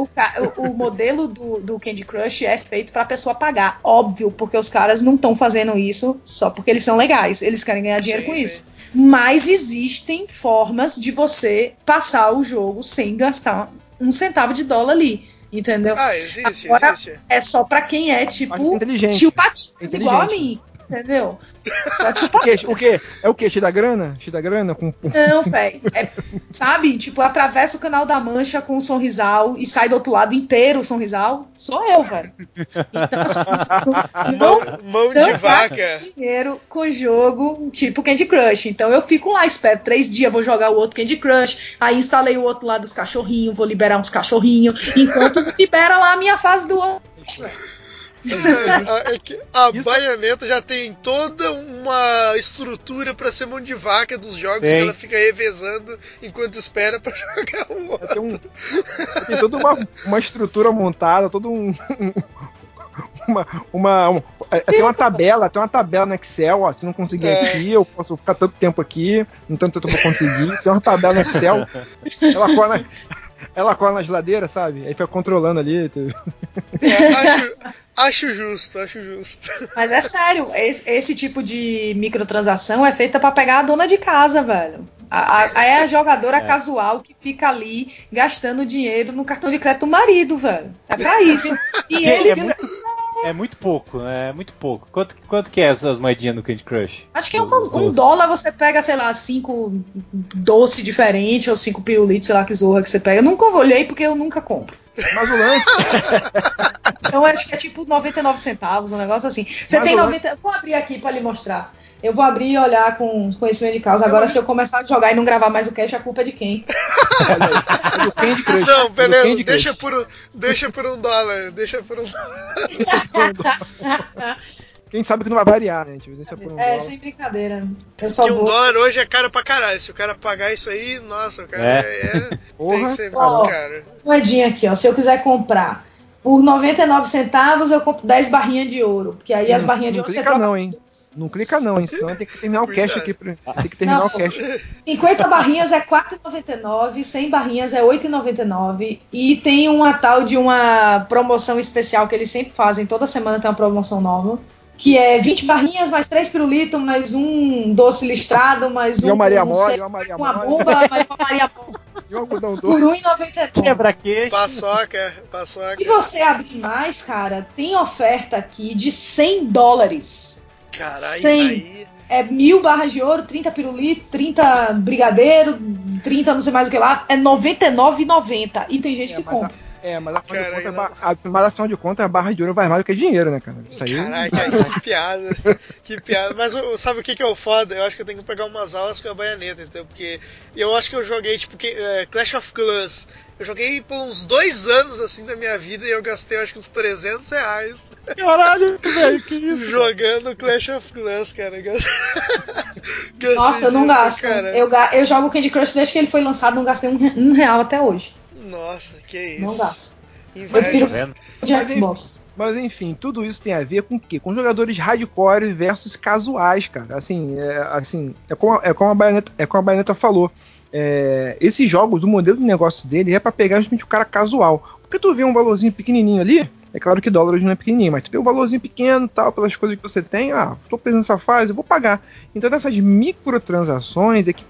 o modelo do Candy Crush é feito pra pessoa pagar. Óbvio, porque os caras não estão fazendo isso só porque eles são legais. Eles querem ganhar dinheiro com isso. Mas existem formas de você passar o jogo sem gastar $1 centavo ali. Entendeu? Existe. É só pra quem é tipo tio Patinhas, igual a mim. Entendeu? Só tio Patinhas. O quê? É o quê? Cheio da grana? Cheio da grana? Não, velho. Sabe? Tipo, atravessa o Canal da Mancha com um sorrisal e sai do outro lado inteiro o sorrisal. Sou eu, velho. Então, assim, mão de vaca. Dinheiro com jogo tipo Candy Crush. Então eu fico lá, espero 3 dias, vou jogar o outro Candy Crush. Aí instalei o outro lado dos cachorrinhos, vou liberar uns cachorrinhos. Enquanto libera lá a minha fase do outro. A Bayonetta já tem toda uma estrutura pra ser mão de vaca dos jogos que ela fica revezando enquanto espera pra jogar o outro. Tem toda uma estrutura montada, todo tem uma tabela no Excel, ó, se não conseguir aqui, eu posso ficar tanto tempo aqui, no tanto tempo eu vou conseguir. Tem uma tabela no Excel, ela cola na geladeira, sabe? Aí fica controlando ali. Acho justo. Mas é sério, esse tipo de microtransação é feita pra pegar a dona de casa, velho. É a jogadora casual que fica ali gastando dinheiro no cartão de crédito do marido, velho. É pra isso. E eles... É muito pouco, né? É muito pouco. Quanto que é essas moedinhas no Candy Crush? Acho que é $1 você pega, sei lá, 5 doces diferentes ou 5 pirulitos, sei lá que zorra que você pega. Eu nunca olhei porque eu nunca compro. Mas o lance... Então acho que é tipo 99 centavos, um negócio assim. Você Mas tem eu 90. Vou abrir aqui pra lhe mostrar. Eu vou abrir e olhar com conhecimento de causa. Agora, se eu começar a jogar e não gravar mais o cast, a culpa é de quem? Olha aí. É do Candy Crush. Não, É do beleza, Candy deixa Crush. por $1. Deixa por $1. Quem sabe que não vai variar, né? Tipo, deixa por É, $1. sem brincadeira. Eu só Que vou. $1 hoje é caro pra caralho. Se o cara pagar isso aí, nossa, o cara tem Porra, que ser caramba. muito caro. Moedinha aqui, ó. Se eu quiser comprar por 99 centavos, eu compro 10 barrinhas de ouro. Porque aí as barrinhas de Não ouro você clica troca. não, hein? Não clica não, hein? Senão tem que terminar o Cuidado. cash aqui. Tem que terminar Não, o cash. 50 barrinhas é R$4,99, 100 barrinhas é R$8,99 e tem uma tal de uma promoção especial que eles sempre fazem, toda semana tem uma promoção nova, que é 20 barrinhas, mais 3 pirulitos, mais um doce listrado, mais E uma um Maria não Mole, sei, uma Maria uma Mole. bomba, mais uma Maria Mole, E um algodão por doce. R$1,99. Quebra-queixo. Paçoca. Se você abrir mais, cara, tem oferta aqui de $100. Caralho, 100. aí. É 1000 barras de ouro, 30 pirulito, 30 brigadeiro, 30 não sei mais o que lá, é R$99,90. E tem gente que compra. Mas afinal de Caralho, contas, mas afinal de contas, a barra de ouro vai mais do que dinheiro, né, cara? Isso aí. Caraca, que piada. Que piada. Mas sabe o que é o foda? Eu acho que eu tenho que pegar umas aulas com a baianeta, então, porque eu acho que eu joguei, tipo, Clash of Clans. Eu joguei por uns 2 anos, assim, da minha vida e eu gastei, acho que uns R$300. Caralho, velho, que isso? Jogando Clash of Clans, cara. Gastei Nossa, eu não dinheiro pra gasto. caralho. Eu jogo Candy Crush desde que ele foi lançado, não gastei um real até hoje. Nossa, que isso. Não gasto. Eu Inveja. prefiro vendo? de Xbox. Mas enfim, tudo isso tem a ver com o quê? Com jogadores hardcore versus casuais, cara. É como a Bayonetta falou. Esses jogos, o modelo de negócio dele é pra pegar justamente o cara casual. Porque tu vê um valorzinho pequenininho ali, é claro que dólar hoje não é pequenininho, mas tu vê um valorzinho pequeno tal, pelas coisas que você tem, tô preso nessa fase, eu vou pagar. Então dessas microtransações é que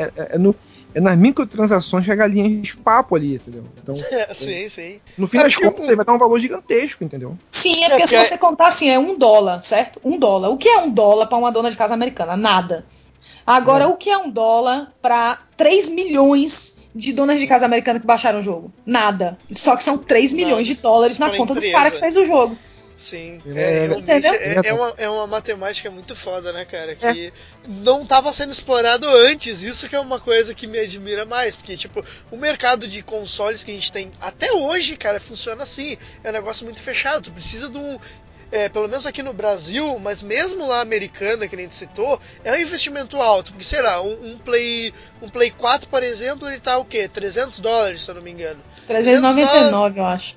nas microtransações que a galinha enche o papo ali, entendeu? Então, Sim. no fim das contas, ele vai dar um valor gigantesco, entendeu? Sim, é porque se você contar assim, é $1, certo? $1. O que é $1 para uma dona de casa americana? Nada. Agora, o que é $1 para 3 milhões de donas de casa americana que baixaram o jogo? Nada. Só que são 3 milhões de dólares na Pra conta empresa. do cara que fez o jogo. Sim, realmente Entendeu? é uma matemática muito foda, né, cara? Que não estava sendo explorado antes. Isso que é uma coisa que me admira mais. Porque, tipo, o mercado de consoles que a gente tem até hoje, cara, funciona assim. É um negócio muito fechado. Tu precisa de um. Pelo menos aqui no Brasil, mas mesmo lá americana, que nem tu citou, é um investimento alto. Porque, sei lá, um Play 4, por exemplo, ele tá o quê? $300, se eu não me engano. 399, eu acho.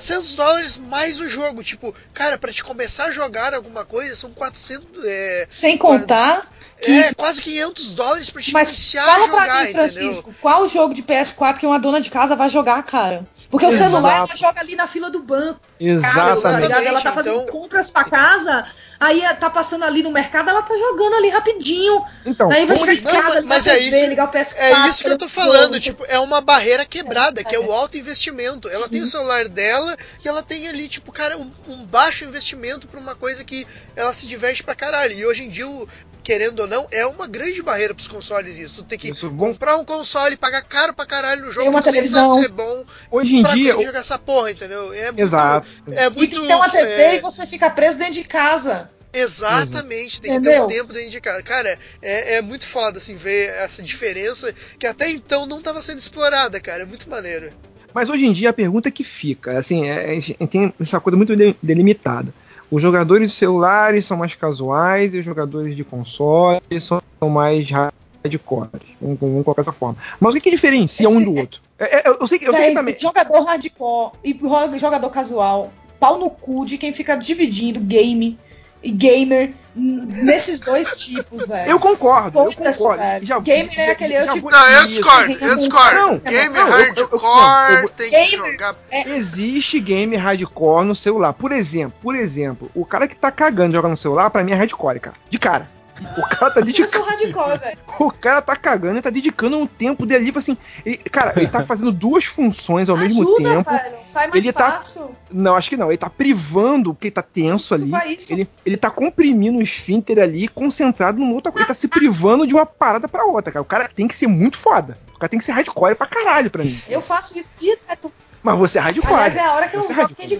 $400 mais o jogo. Tipo, cara, pra te começar a jogar alguma coisa, são 400... Sem contar que... quase $500 pra te Mas iniciar fala a jogar, pra mim, Francisco, qual jogo de PS4 que uma dona de casa vai jogar, cara? Porque o celular ela joga ali na fila do banco. Exatamente. Tá ligado? Ela tá fazendo Então... compras pra casa, aí tá passando ali no mercado, ela tá jogando ali rapidinho. Então, aí vai chegar em casa, ligar a TV, ligar o PS4. É isso que eu tô falando, jogo, tipo, é uma barreira quebrada, que é o alto investimento. Ela Sim. tem o celular dela e ela tem ali, tipo, cara, um baixo investimento pra uma coisa que ela se diverte pra caralho. E hoje em dia, querendo ou não, é uma grande barreira pros consoles isso. Tu tem que comprar um console, pagar caro pra caralho no jogo, tem uma que tu nem televisão. sabe se é bom. Hoje em dia... conseguir jogar essa porra, entendeu? Exato. É muito... E tem que ter uma TV e você fica preso dentro de casa. Exatamente, tem que ter um tempo dentro de casa. Cara, é muito foda, assim, ver essa diferença que até então não estava sendo explorada, cara. É muito maneiro. Mas hoje em dia a pergunta que fica, assim, tem essa coisa muito delimitada. Os jogadores de celulares são mais casuais e os jogadores de consoles são mais hardcore. Vamos colocar dessa forma. Mas o que diferencia um do outro? Eu sei que também... Jogador hardcore e jogador casual, pau no cu de quem fica dividindo game e gamer nesses dois tipos, velho. Eu concordo. Gamer é aquele tipo... Não, eu discordo. Gamer hardcore tem que jogar... Existe game hardcore no celular. Por exemplo, o cara que tá cagando e joga no celular, pra mim é hardcore, cara. De cara. O cara tá dedicando. Eu sou hardcore, velho. O cara tá cagando e tá dedicando um tempo dele, assim. Ele tá fazendo duas funções ao mesmo tempo. Velho. Sai mais fácil. Não, acho que não. Ele tá privando, porque ele tá tenso ali. Ele tá comprimindo o esfíncter ali, concentrado numa outra coisa. Ele tá se privando de uma parada pra outra, cara. O cara tem que ser muito foda. O cara tem que ser hardcore pra caralho pra mim. Eu faço isso direto. Mas você é hardcore. Aliás, é a hora que eu jogo Candy Crush.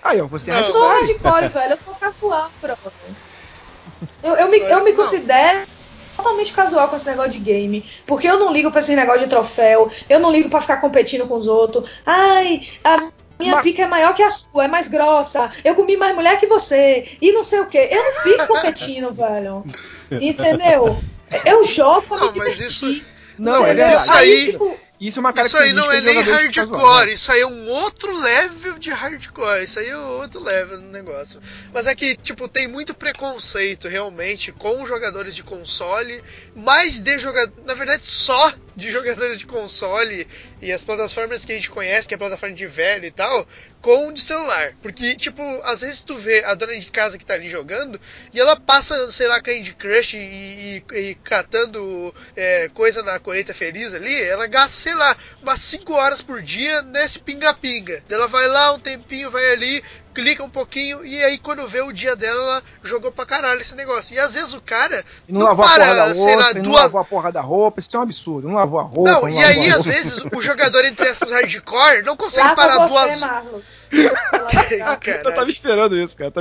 Aí, ó, você é Eu sou hardcore, velho. Eu sou casual, pronto. Eu me considero totalmente casual com esse negócio de game. Porque eu não ligo pra esse negócio de troféu. Eu não ligo pra ficar competindo com os outros. Ai, a minha pica é maior que a sua, é mais grossa. Eu comi mais mulher que você. E não sei o quê. Eu não fico competindo, velho. Entendeu? Eu jogo pra me divertir. Isso... Não, é verdade. Isso aí, tipo, isso é uma isso aí não é nem hardcore, casual, né? isso aí é um outro level de hardcore, isso aí é outro level do negócio. Mas é que, tipo, tem muito preconceito realmente com jogadores de console, mais de jogadores, na verdade só de jogadores de console e as plataformas que a gente conhece, que é a plataforma de velho e tal, com de celular. Porque, tipo, às vezes tu vê a dona de casa que tá ali jogando e ela passa, sei lá, Candy Crush e catando coisa na colheita feliz ali, ela gasta, sei lá, umas 5 horas por dia nesse pinga-pinga. Ela vai lá um tempinho, vai ali, clica um pouquinho e aí quando vê o dia dela, ela jogou pra caralho esse negócio. E às vezes o cara não lavou para, a porra da louça, sei lá, não lavou a porra da roupa, isso é um absurdo. Não lavou a roupa. Não, e aí às vezes o jogador entre aspas hardcore não consegue Lá parar você, 2 Marlos. Eu tava esperando isso, cara.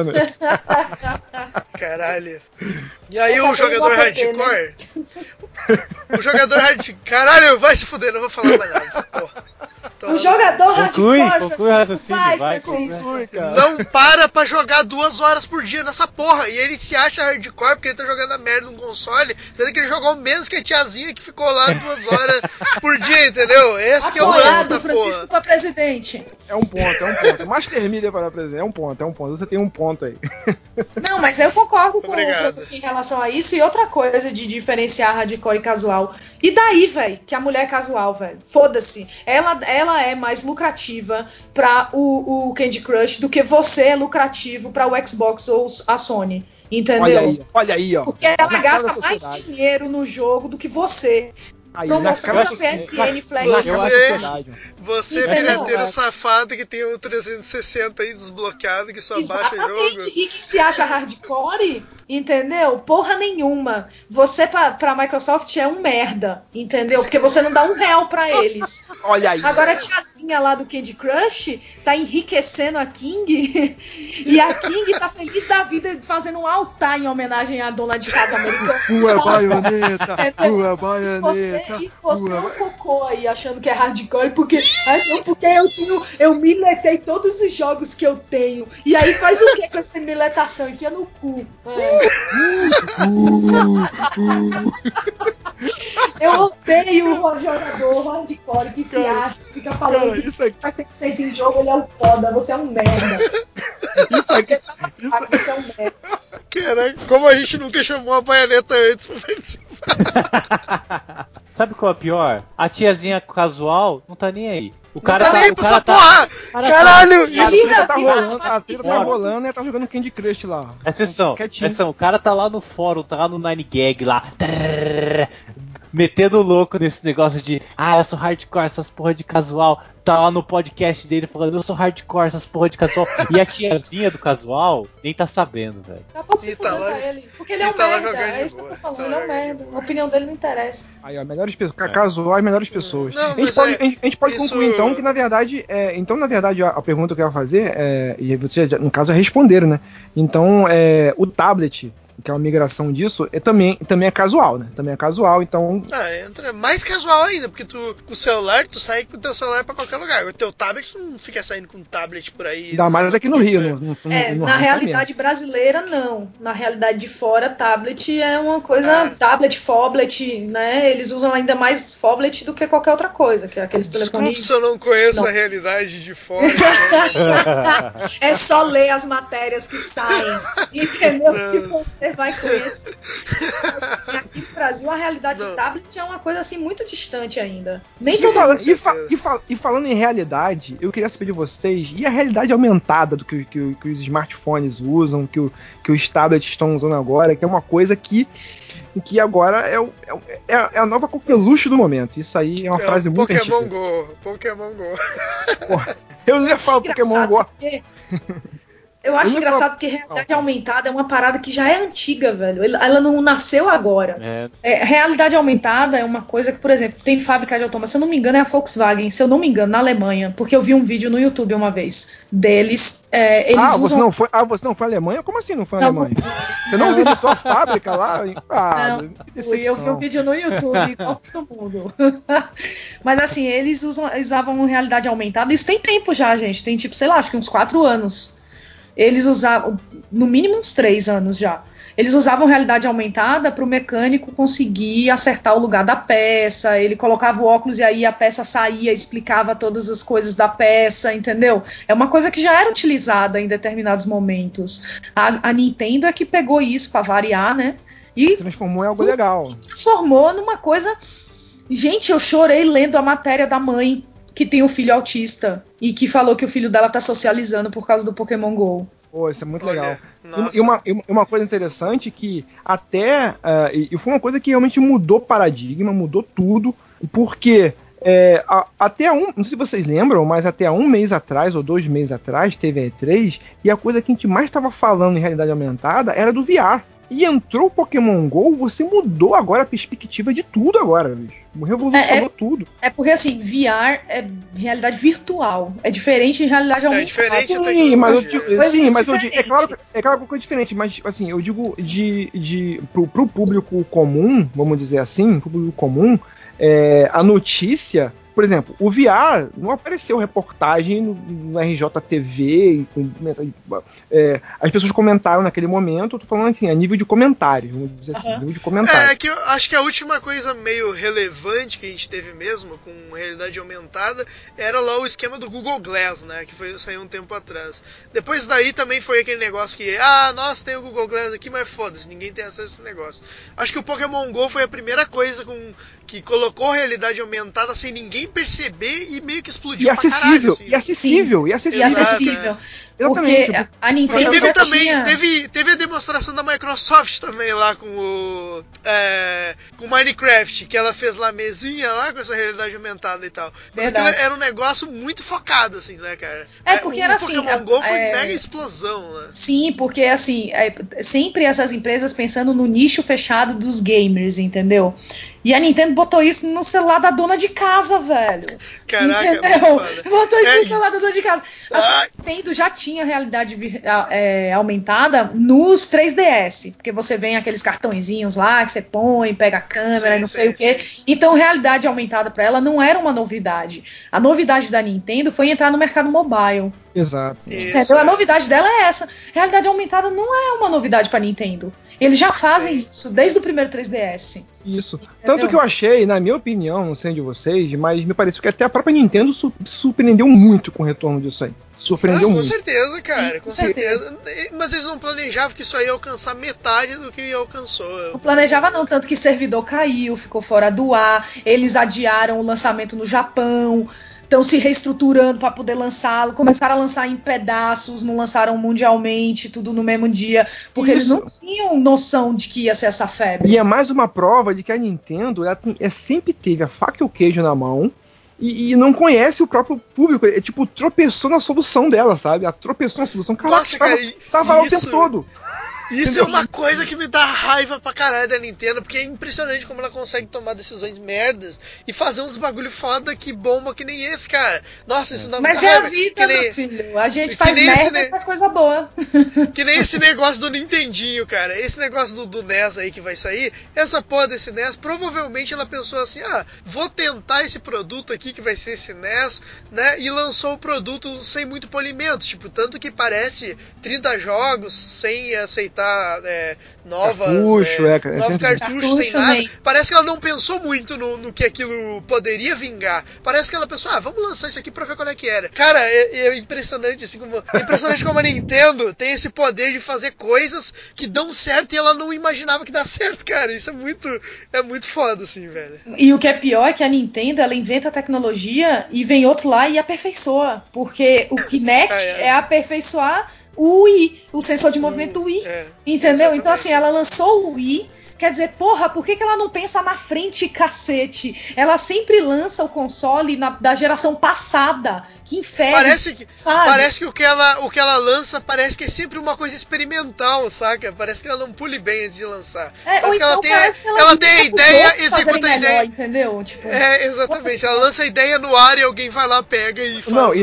Caralho. E aí o jogador hardcore, né? O jogador hardcore, caralho, vai se fuder, não vou falar mais nada dessa porra. O jogador hardcore, Francisco, não para pra jogar 2 horas por dia nessa porra. E ele se acha hardcore porque ele tá jogando a merda num console, sendo que ele jogou menos que a tiazinha que ficou lá 2 horas por dia, entendeu? Esse que é o lance da Francisco porra. pra presidente. É um ponto. Master Media para presidente. É um ponto. Você tem um ponto aí. Não, mas eu concordo com o Obrigado. Francisco em relação a isso. E outra coisa de diferenciar hardcore e casual. E daí, velho, que a mulher é casual, velho. Foda-se. Ela é mais lucrativa pra o Candy Crush do que você é lucrativo pra o Xbox ou a Sony. Entendeu? Olha aí, ó. Porque ela gasta mais dinheiro no jogo do que você. Aí, promoção da PSN Flash. Você pirateiro safado que tem o 360 aí desbloqueado, que só baixa jogo. E que se acha hardcore, entendeu? Porra nenhuma. Você pra Microsoft é um merda, entendeu? Porque você não dá R$1 pra eles. Olha aí. Agora a tiazinha lá do Candy Crush tá enriquecendo a King e a King tá feliz da vida fazendo um altar em homenagem à dona de casa americana. Rua Baioneta. E você é um cocô aí, achando que é hardcore, porque eu miletei todos os jogos que eu tenho. E aí faz o que com essa miletação? Enfia no cu. Eu odeio o jogador hardcore que se acha, que fica falando que isso aqui... vai sempre em jogo, ele é um foda, você é um merda. Você é um merda. Caraca, como a gente nunca chamou a Baianeta antes pra participar. Sabe qual é o pior? A tiazinha casual não tá nem aí. O cara tá nem aí pra essa tá... porra! Caralho! A treta tá rolando e ela tá jogando Candy Crush lá. Exceção, o cara tá lá no fórum, tá lá no 9gag lá. Metendo louco nesse negócio de eu sou hardcore, essas porra de casual. Tá lá no podcast dele falando, eu sou hardcore, essas porra de casual. E a tiazinha do casual nem tá sabendo, velho. Acabou de se fuder pra ele. Porque ele é um merda, é isso que eu tô falando, ele é um merda. A opinião dele não interessa. Aí, ó, melhores pessoas, casuais, melhores pessoas. Não, a gente pode concluir então que, na verdade, a pergunta que eu ia fazer, e vocês, no caso, responderam, né? Então, o tablet, que é uma migração disso, também é casual, né? Também é casual, então... entra mais casual ainda, porque tu, com o celular, tu sai com o teu celular pra qualquer lugar. O teu tablet, tu não fica saindo com um tablet por aí. Ainda mais aqui no Rio. Na realidade brasileira, não. Na realidade de fora, tablet é uma coisa... Tablet, phablet, né? Eles usam ainda mais phablet do que qualquer outra coisa, que é aqueles telefones... Desculpa se eu não conheço a realidade de fora. É só ler as matérias que saem, entendeu? Que você vai conhecer. Assim, aqui no Brasil, a realidade de tablet é uma coisa assim muito distante ainda. Nem todo mundo. E falando em realidade, eu queria saber de vocês, e a realidade aumentada do que os smartphones usam, que os tablets estão usando agora, que é uma coisa que agora é a nova coqueluche do momento. Isso aí é uma frase muito antiga. Pokémon Go. Porra, eu não ia falar Pokémon Go. Eu acho engraçado porque realidade aumentada é uma parada que já é antiga, velho. Ela não nasceu agora. Realidade aumentada é uma coisa que, por exemplo, tem fábrica de automóvel, se eu não me engano, é a Volkswagen, se eu não me engano, na Alemanha, porque eu vi um vídeo no YouTube uma vez deles. Eles você não foi à Alemanha? Como assim não foi à Alemanha? Você não visitou a fábrica lá? Eu vi um vídeo no YouTube, igual todo mundo. Mas assim, eles usavam realidade aumentada, isso tem tempo já, gente. Tem tipo, sei lá, acho que uns 4 anos. Eles usavam, no mínimo uns 3 anos já. Eles usavam realidade aumentada para o mecânico conseguir acertar o lugar da peça. Ele colocava o óculos e aí a peça saía, explicava todas as coisas da peça, entendeu? É uma coisa que já era utilizada em determinados momentos. A Nintendo é que pegou isso para variar, né? E transformou em algo legal. Transformou numa coisa... Gente, eu chorei lendo a matéria da mãe que tem um filho autista e que falou que o filho dela tá socializando por causa do Pokémon GO. Pô, isso é muito legal. E uma coisa interessante que até... e foi uma coisa que realmente mudou paradigma, mudou tudo, porque não sei se vocês lembram, mas até 1 mês atrás, ou 2 meses atrás, teve a E3, e a coisa que a gente mais estava falando em realidade aumentada era do VR. E entrou o Pokémon GO, você mudou agora a perspectiva de tudo agora, bicho. Revolucionou tudo. É porque, assim, VR é realidade virtual. É diferente de realidade aumentada. É diferente mas eu digo, é claro que é uma coisa diferente, mas, assim, eu digo pro público comum, vamos dizer assim, pro público comum, a notícia... Por exemplo, o VR não apareceu reportagem no RJTV, as pessoas comentaram naquele momento, eu tô falando assim, a nível de comentário, vamos dizer assim, nível de comentário. É que eu acho que a última coisa meio relevante que a gente teve mesmo com realidade aumentada era lá o esquema do Google Glass, né, que saiu um tempo atrás. Depois daí também foi aquele negócio que, nossa, tem o Google Glass aqui, mas foda-se, ninguém tem acesso a esse negócio. Acho que o Pokémon GO foi a primeira coisa que colocou realidade aumentada sem ninguém perceber e meio que explodiu pra caralho. Assim. E acessível. Exatamente. Porque a Nintendo teve a demonstração da Microsoft também lá com o Minecraft, que ela fez lá a mesinha lá com essa realidade aumentada e tal. Mas aquilo era um negócio muito focado, assim, né, cara? Porque era assim... O Pokémon GO foi mega explosão, né? Sim, porque assim, sempre essas empresas pensando no nicho fechado dos gamers, entendeu? E a Nintendo botou isso no celular da dona de casa, velho. Caraca, entendeu? Botou isso no celular da dona de casa. A Nintendo já tinha realidade aumentada nos 3DS, porque você vem aqueles cartõezinhos lá que você põe, pega a câmera e não sei o quê. Então, realidade aumentada para ela não era uma novidade. A novidade da Nintendo foi entrar no mercado mobile. Exato. Entendeu? A novidade dela é essa. Realidade aumentada não é uma novidade para Nintendo. Eles já fazem isso desde o primeiro 3DS. Isso. Tanto que eu achei, na minha opinião, não sei de vocês, mas me pareceu que até a própria Nintendo surpreendeu muito com o retorno disso aí. Surpreendeu muito. Com certeza, cara. Com certeza. Mas eles não planejavam que isso aí ia alcançar metade do que alcançou. Não planejava não, tanto que servidor caiu, ficou fora do ar, eles adiaram o lançamento no Japão, estão se reestruturando para poder lançá-lo, começaram a lançar em pedaços, não lançaram mundialmente, tudo no mesmo dia, porque eles não tinham noção de que ia ser essa febre. E é mais uma prova de que a Nintendo sempre teve a faca e o queijo na mão e não conhece o próprio público, tropeçou na solução dela, sabe? Ela tropeçou na solução, tava lá o tempo todo. Isso é uma coisa que me dá raiva pra caralho da Nintendo, porque é impressionante como ela consegue tomar decisões merdas e fazer uns bagulho foda que bomba que nem esse, cara. Nossa, isso dá muita raiva. Mas é a vida, meu filho. A gente faz merda e faz coisa boa. Que nem esse negócio do Nintendinho, cara. Esse negócio do NES aí que vai sair, essa porra desse NES, provavelmente ela pensou assim, vou tentar esse produto aqui que vai ser esse NES, né? E lançou o produto sem muito polimento, tanto que parece 30 jogos sem aceitar novos cartuchos sem nada. Parece que ela não pensou muito no que aquilo poderia vingar. Parece que ela pensou, vamos lançar isso aqui pra ver qual é que era. Cara, é impressionante, assim, como a Nintendo tem esse poder de fazer coisas que dão certo e ela não imaginava que dá certo, cara. Isso é muito foda, assim, velho. E o que é pior é que a Nintendo, ela inventa a tecnologia e vem outro lá e aperfeiçoa. Porque o Kinect é aperfeiçoar o Wii, o sensor de movimento do Wii, entendeu? Exatamente. Então assim, ela lançou o Wii, Quer dizer, porra, por que ela não pensa na frente, cacete? Ela sempre lança o console da geração passada. Que inferno. Parece que o que ela lança parece que é sempre uma coisa experimental, saca? Parece que ela não pule bem antes de lançar. Parece que ela tem a ideia, executa a ideia. Entendeu? Tipo, exatamente. Ela lança a ideia no ar e alguém vai lá, pega e faz.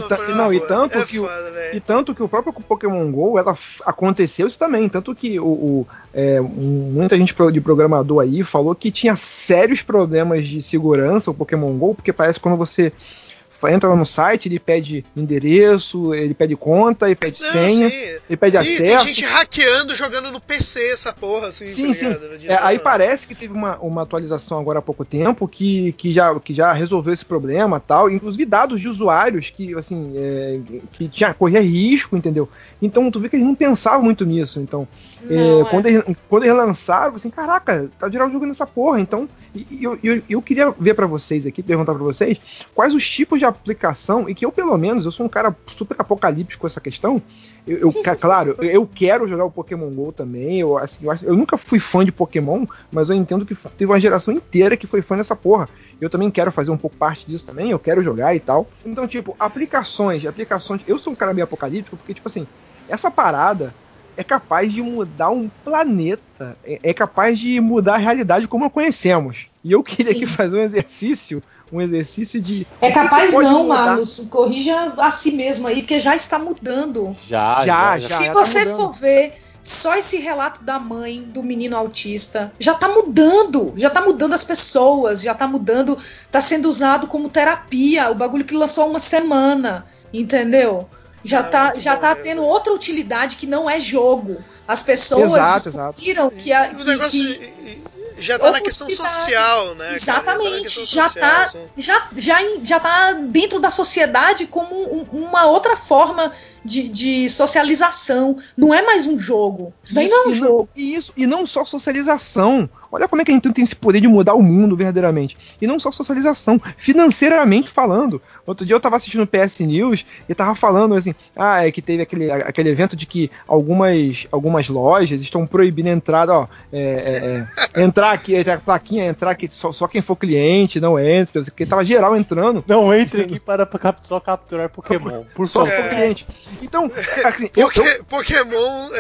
E tanto que o próprio Pokémon GO, ela aconteceu isso também. Tanto que muita gente de programador aí falou que tinha sérios problemas de segurança o Pokémon GO, porque parece que quando você entra lá no site, ele pede endereço, ele pede conta, ele pede senha, ele pede acesso. Tem gente hackeando, jogando no PC essa porra, assim. Sim. Aí parece que teve uma atualização agora há pouco tempo que já resolveu esse problema, tal, inclusive dados de usuários que, assim, que corria risco, entendeu? Então tu vê que eles não pensavam muito nisso. Então, quando eles lançaram, assim, caraca, tá geral jogando essa porra. Então, eu queria ver pra vocês aqui, perguntar pra vocês, quais os tipos de aplicação, e que eu, pelo menos, eu sou um cara super apocalíptico com essa questão. Claro, eu quero jogar o Pokémon GO também. Eu nunca fui fã de Pokémon, mas eu entendo que teve uma geração inteira que foi fã dessa porra. Eu também quero fazer um pouco parte disso também, eu quero jogar e tal. Então, tipo, aplicações. Eu sou um cara meio apocalíptico, porque, tipo assim, essa parada é capaz de mudar um planeta, é capaz de mudar a realidade como a conhecemos. E eu queria aqui fazer um exercício de... É capaz não, Marlos, corrija a si mesmo aí, porque já está mudando. Já. Se você for ver só esse relato da mãe do menino autista, já tá mudando as pessoas, já tá mudando, tá sendo usado como terapia, o bagulho que lançou há uma semana, entendeu? Já tá tendo outra utilidade que não é jogo. As pessoas descobriram que o negócio já tá na questão social, né? Exatamente. Já tá dentro da sociedade como uma outra forma de socialização. Não é mais um jogo. Isso daí não é um jogo. E não só socialização. Olha como é que a gente tem esse poder de mudar o mundo verdadeiramente. E não só socialização, financeiramente falando. Outro dia eu tava assistindo o PS News e tava falando assim, que teve aquele evento de que algumas lojas estão proibindo a entrada, entrar aqui, tem a plaquinha, entrar aqui, só quem for cliente, não entra, porque tava geral entrando. Não entre aqui para só capturar Pokémon, por favor. Só cliente. Então, assim, Pokémon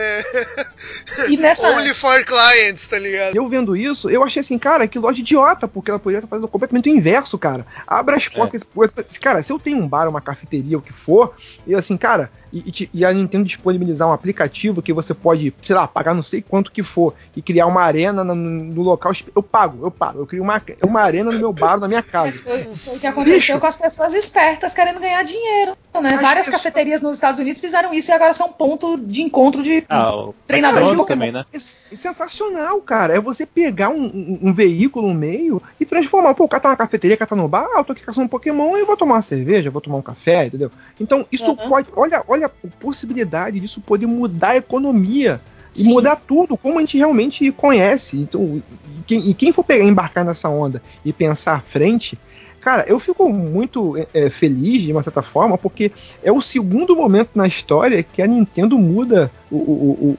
e nessa... only for clients, tá ligado? Eu vendo isso, eu achei assim, cara, que loja idiota, porque ela poderia estar fazendo completamente o inverso, cara. Abra as portas. Cara, se eu tenho um bar, uma cafeteria, o que for, e assim, cara, e a Nintendo disponibilizar um aplicativo que você pode, sei lá, pagar não sei quanto que for e criar uma arena no local, eu pago. Eu crio uma arena no meu bar, na minha casa. Foi o que aconteceu com as pessoas espertas querendo ganhar dinheiro, né? Várias cafeterias nos Estados Unidos fizeram isso e agora são ponto de encontro de treinadores de Pokémon também, né? É sensacional, cara. É você pegar um veículo no meio e transformar. Pô, o cara tá na cafeteria, o cara tá no bar, eu tô aqui caçando um Pokémon e eu vou tomar uma cerveja, vou tomar um café, entendeu? Então, isso pode... Olha a possibilidade disso poder mudar a economia e mudar tudo, como a gente realmente conhece. Então, quem for embarcar nessa onda e pensar à frente, cara, eu fico muito feliz, de uma certa forma, porque é o segundo momento na história que a Nintendo muda o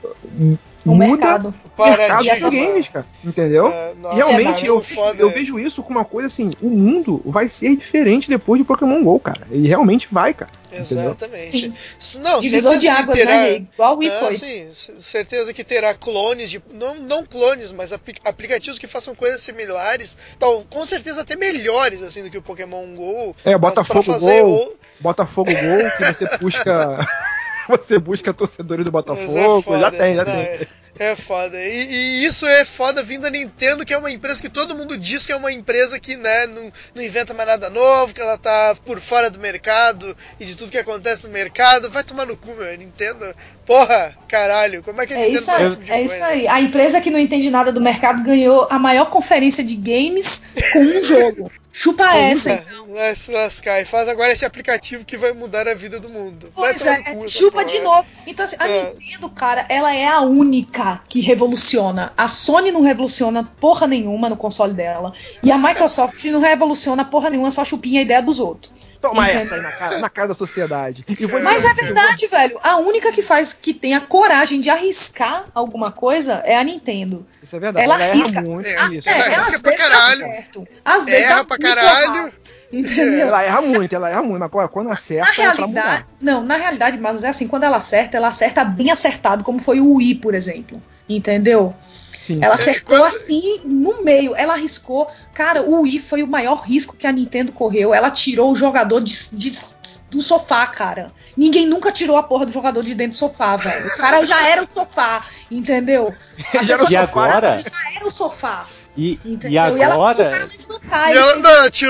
mercado. dos games, cara. Entendeu? Nossa, realmente, eu vejo isso como uma coisa assim, o mundo vai ser diferente depois de Pokémon GO, cara. Ele realmente vai, cara. Exatamente. Sim. Não, divisor de águas, né? Igual o Wii foi. Sim, certeza que terá clones, não clones, mas aplicativos que façam coisas similares, com certeza até melhores assim do que o Pokémon GO. Botafogo GO, Botafogo GO, que você busca... Você busca torcedores do Botafogo, já tem. É foda. E isso é foda vindo da Nintendo, que é uma empresa que todo mundo diz que é uma empresa que, né, não inventa mais nada novo, que ela tá por fora do mercado e de tudo que acontece no mercado. Vai tomar no cu, meu. Nintendo. Porra, caralho. Como é que a Nintendo faz esse tipo de coisa? Isso aí. A empresa que não entende nada do mercado ganhou a maior conferência de games com um jogo. Chupa essa. Vai se lascar. E faz agora esse aplicativo que vai mudar a vida do mundo. Pois chupa de novo. Então, assim, a Nintendo, cara, ela é a única única que revoluciona. A Sony não revoluciona porra nenhuma no console dela. E a Microsoft não revoluciona porra nenhuma, só chupinha a ideia dos outros. Toma Entendeu? essa aí na cara da sociedade. E vou Mas dizer- é verdade, velho. A única que tem a coragem de arriscar alguma coisa é a Nintendo. Isso é verdade. Ela Ela erra arrisca. muito nisso. ela Às arrisca pra vezes dá caralho. certo. Às vezes Erra dá pra muito caralho. errado. Entendeu? Ela erra muito, mas quando acerta, é pra mudar. Na realidade, mas é assim, quando ela acerta bem acertado, como foi o Wii, por exemplo. Entendeu? Sim, Ela sim. acertou Quando- assim no meio. Ela arriscou. Cara, o Wii foi o maior risco que a Nintendo correu. Ela tirou o jogador do sofá, cara. Ninguém nunca tirou a porra do jogador de dentro do sofá, velho. O cara já era o sofá, entendeu? A Já era o pessoa E agora? já era o sofá. E Entendeu? agora. fez o cara levantar, E ele ela, fez- não,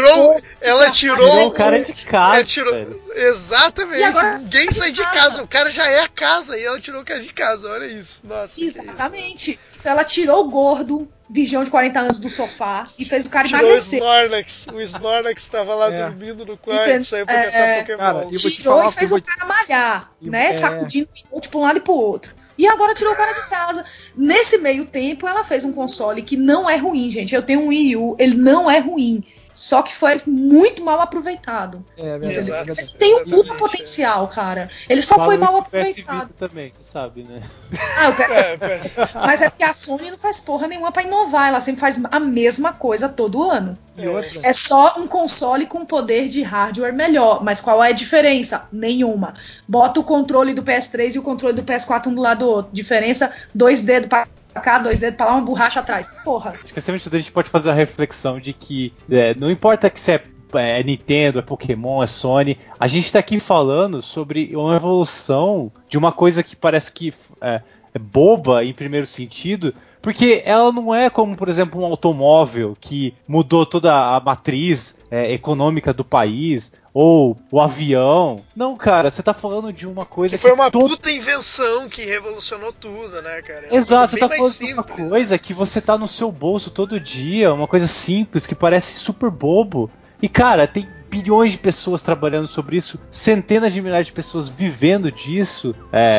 ela tirou Tirou o cara de casa. ela tirou, velho. exatamente. E agora Ninguém tá de sai de casa. casa. O cara já é a casa e ela tirou o cara de casa. Olha isso. Nossa. que Exatamente. Então ela tirou o gordo, virgão de 40 anos do sofá e fez o cara isso. Tirou o emagrecer. Snorlax. O Snorlax tava lá É. dormindo no quarto, Entendo. saiu pra caçar Pokémon. Cara, e vou te Tirou falar e fez que eu o cara malhar, e- né? é. Sacudindo o emote pra um lado e pro outro. E agora tirou o cara de casa. Nesse meio tempo, ela fez um console que não é ruim, gente. Eu tenho um Wii U, ele não é ruim. Só que foi muito mal aproveitado. É verdade. Exato. É verdade. Ele tem um puta Exatamente, potencial, cara. Ele só foi Falam mal isso do PS aproveitado. Vita também, você sabe, né? Ah, eu pego- É. Mas é porque a Sony não faz porra nenhuma pra inovar. Ela sempre faz a mesma coisa todo ano. E outra, É só um console com poder de hardware melhor. Mas qual é a diferença? Nenhuma. Bota o controle do PS3 e o controle do PS4 um do lado do outro. Diferença, 2 dedos pra cá, 2 dedos pra lá, uma borracha atrás. Porra. Acho que acima de tudo a gente pode fazer a reflexão de que não importa que você é Nintendo, é Pokémon, é Sony, a gente tá aqui falando sobre uma evolução de uma coisa que parece que é boba em primeiro sentido, porque ela não é como, por exemplo, um automóvel que mudou toda a matriz econômica do país, ou o avião. Não, cara, você tá falando de uma coisa Que foi uma todo... puta invenção que revolucionou tudo, né, cara? É uma Exato, coisa você tá bem falando mais de uma simples. coisa que você tá no seu bolso todo dia, uma coisa simples, que parece super bobo. E, cara, tem bilhões de pessoas trabalhando sobre isso, centenas de milhares de pessoas vivendo disso,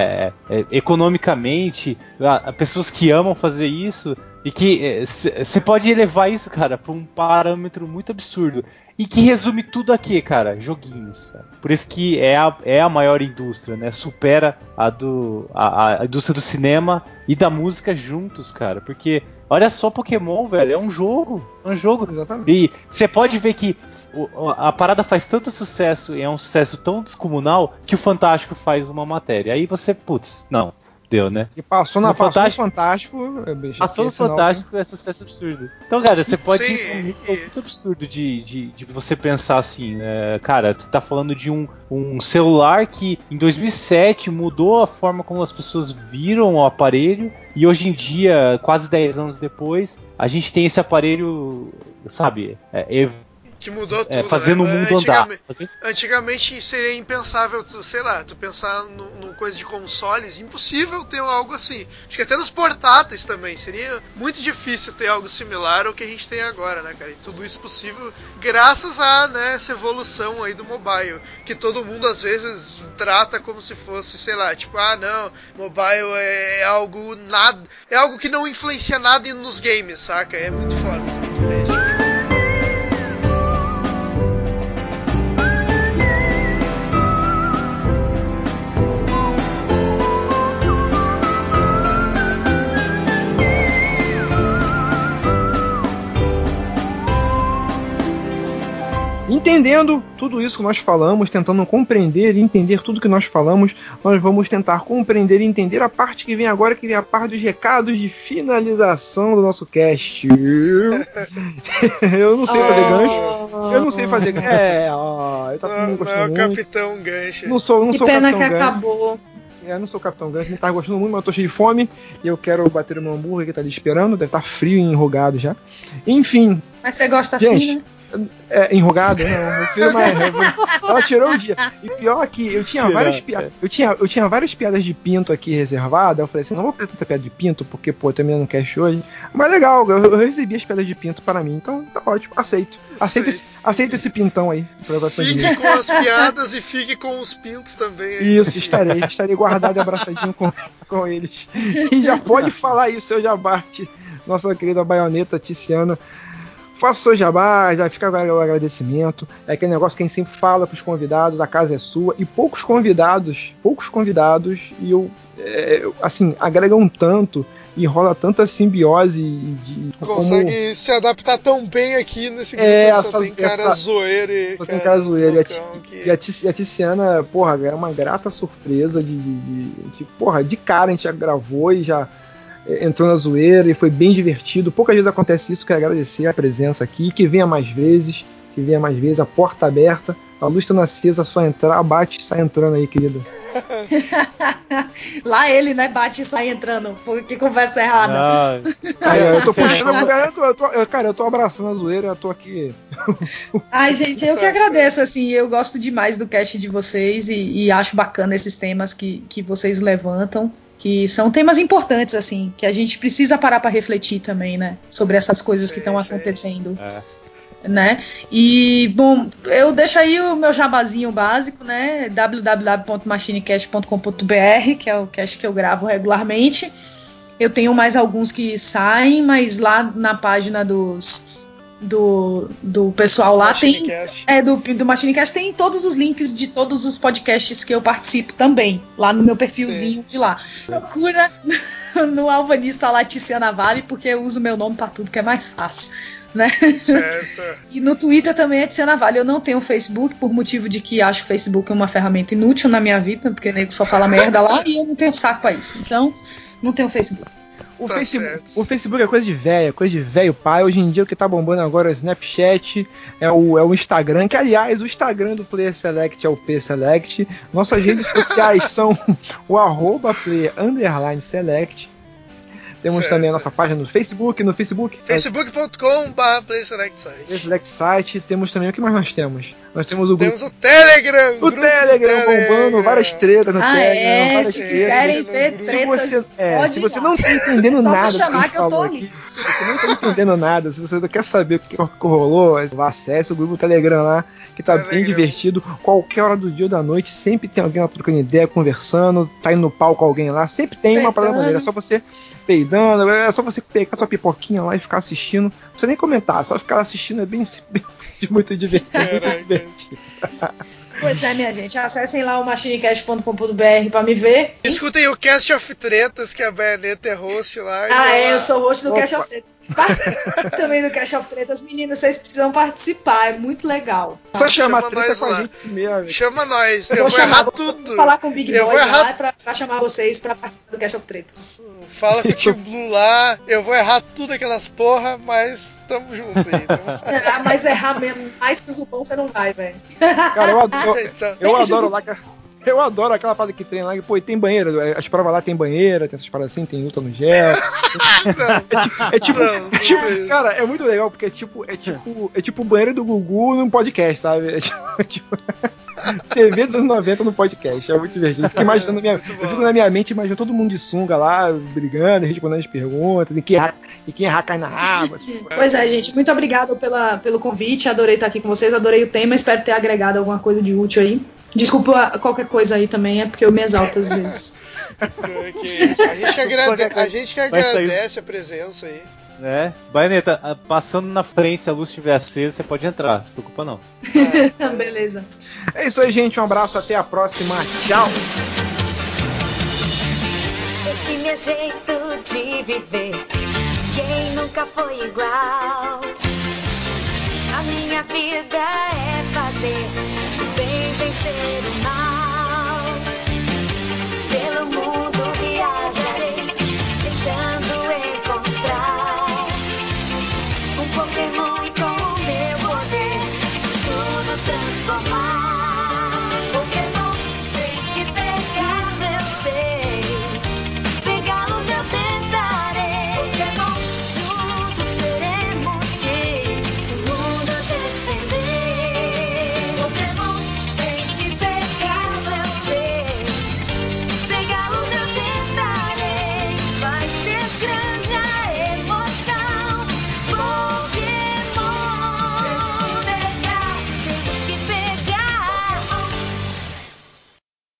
economicamente, pessoas que amam fazer isso, e que você pode elevar isso, cara, pra um parâmetro muito absurdo. E que resume tudo aqui, cara, joguinhos. Cara. Por isso que é a maior indústria, né? Supera a indústria do cinema e da música juntos, cara. Porque, olha só, Pokémon, velho, é um jogo. É um jogo. exatamente. E você pode ver que a parada faz tanto sucesso e é um sucesso tão descomunal que o Fantástico faz uma matéria. Aí você, putz, não, deu, né? E passou No no Fantástico. Fantástico, Bicho, Passou no esse não- Fantástico é sucesso absurdo. Então, cara, você pode Sim, ir pra um nível muito absurdo de você pensar assim, cara, você tá falando de um celular que em 2007 mudou a forma como as pessoas viram o aparelho e hoje em dia, quase 10 anos depois, a gente tem esse aparelho, sabe, Que mudou tudo. fazendo o mundo andar. Antigamente seria impensável, sei lá, tu pensar numa coisa de consoles, impossível ter algo assim. Acho que até nos portáteis também seria muito difícil ter algo similar ao que a gente tem agora, né, cara? E tudo isso possível graças a, né, essa evolução aí do mobile, que todo mundo às vezes trata como se fosse, sei lá, tipo, não, mobile é algo nada, é algo que não influencia nada nos games, saca? É muito foda. É esse tipo de coisa. Entendendo tudo isso que nós falamos, tentando compreender e entender tudo que nós falamos, nós vamos tentar compreender e entender a parte que vem agora, que vem a parte dos recados de finalização do nosso cast. Eu não sei fazer gancho. Eu não sei fazer gancho. Eu tava Não é gostando o muito. Capitão Gancho. Não sou Que o pena Capitão que Gancho. acabou. Eu não sou o Capitão Gancho, me tá gostando muito, mas eu tô cheio de fome e eu quero bater o meu hambúrguer que tá ali esperando, deve estar frio e enrugado já. Enfim, Mas você gosta Gente, assim, né? Enrugada, não. Eu prefiro mais. Ela tirou o dia. E pior que eu tinha várias piadas. Eu tinha várias piadas de pinto aqui reservadas. Eu falei assim, não vou fazer tanta piada de pinto, porque, pô, eu também não cast hoje. Mas legal, eu recebi as piadas de pinto para mim. Então tá ótimo, aceito. Aceito esse pintão aí. Fique com as piadas e fique com os pintos também. Aí. Isso, estarei guardado e abraçadinho com eles. E já pode falar aí o seu jabate, nossa querida baioneta Tiziana. Faça o seu jabá, já fica o agradecimento. É aquele negócio que a gente sempre fala pros convidados, a casa é sua. E poucos convidados, e assim, agregam tanto e rola tanta simbiose consegue se adaptar tão bem aqui nesse grupo. Só tem cara zoeiro e cara zoeiro. E a Tiziana, porra, é uma grata surpresa de cara a gente já gravou e já entrou na zoeira e foi bem divertido. Poucas vezes acontece isso, quero agradecer a presença aqui, que venha mais vezes, a porta aberta, a luz está acesa, só entrar, bate e sai entrando aí, querida. Lá ele, né, bate e sai entrando, que conversa errada. Eu tô puxando a mulher, cara, eu tô abraçando a zoeira, eu tô aqui. Ai, gente, eu que agradeço, assim, eu gosto demais do cast de vocês e acho bacana esses temas que vocês levantam, que são temas importantes, assim, que a gente precisa parar para refletir também, né, sobre essas coisas que estão acontecendo. Né? E, bom, eu deixo aí o meu jabazinho básico, né? www.machinecast.com.br, que é o cast que eu gravo regularmente. Eu tenho mais alguns que saem, mas lá na página do pessoal lá Machinecast. do Machinecast tem todos os links de todos os podcasts que eu participo também, lá no meu perfilzinho de lá. Procura no Alvanista lá Tiziana Vale, porque eu uso meu nome pra tudo, que é mais fácil, né? Certo. E no Twitter também é Tiziana Vale. Eu não tenho Facebook, por motivo de que acho o Facebook uma ferramenta inútil na minha vida, porque nego só fala merda lá e eu não tenho saco pra isso. Então, não tenho Facebook. O Facebook é coisa de velho pai. Hoje em dia o que tá bombando agora é o Snapchat, é o Instagram, que aliás o Instagram do Player Select é o P-Select. Nossas redes sociais são o @player_select. Temos também a nossa página no Facebook. Facebook.com/PlayerSelectSite. Temos também, o que mais nós temos? Nós temos o grupo. Temos o Telegram. O Telegram bombando, várias tretas no Telegram. Várias se quiserem ver tretas, se você não tá entendendo nada do que a gente falou aqui, se você não tá entendendo nada, se você quer saber o que rolou, acesse o grupo Telegram lá, que tá bem divertido. Qualquer hora do dia ou da noite, sempre tem alguém lá trocando ideia, conversando, saindo no palco com alguém lá, sempre tem uma parada maneira. É só você peidando, é só você pegar sua pipoquinha lá e ficar assistindo. Não precisa nem comentar, só ficar assistindo é bem muito divertido. Pois é, minha gente, acessem lá o machinecast.com.br pra me ver. Escutem o Cast of Tretas, que a Baioneta é host lá. Eu sou host do Cast of Tretas. Também do Cast of Tretas. Meninas, vocês precisam participar, é muito legal. Só chama treta com a gente mesmo. Chama nós, eu vou errar tudo. Vou falar com o Big Boy lá pra chamar vocês pra participar do Cast of Tretas. Fala com o Tio Blue lá, eu vou errar tudo aquelas porra, mas tamo junto aí. Mas errar mesmo, mais que o Zupão você não vai, velho. Cara, eu adoro lá, cara. Eu adoro aquela parada que treina lá, que, pô, tem banheiro, as provas lá tem banheira, tem essas paradas assim, tem luta no gel. Cara, é muito legal, porque é tipo o banheiro do Gugu num podcast, sabe? É tipo TV dos anos 90 no podcast, é muito divertido. Eu fico imaginando eu fico na minha mente imaginando todo mundo de sunga lá, brigando, respondendo as perguntas, e quem errar cai na água. Pois é, gente, muito obrigado pelo convite, adorei estar aqui com vocês, adorei o tema, espero ter agregado alguma coisa de útil aí. Desculpa qualquer coisa aí também, é porque eu me exalto às vezes. A gente que agradece a presença aí. Baioneta, passando na frente, se a luz estiver acesa, você pode entrar, não se preocupa não. Beleza. É isso aí, gente, um abraço, até a próxima, tchau! Esse meu jeito de viver, quem nunca foi igual? A minha vida é fazer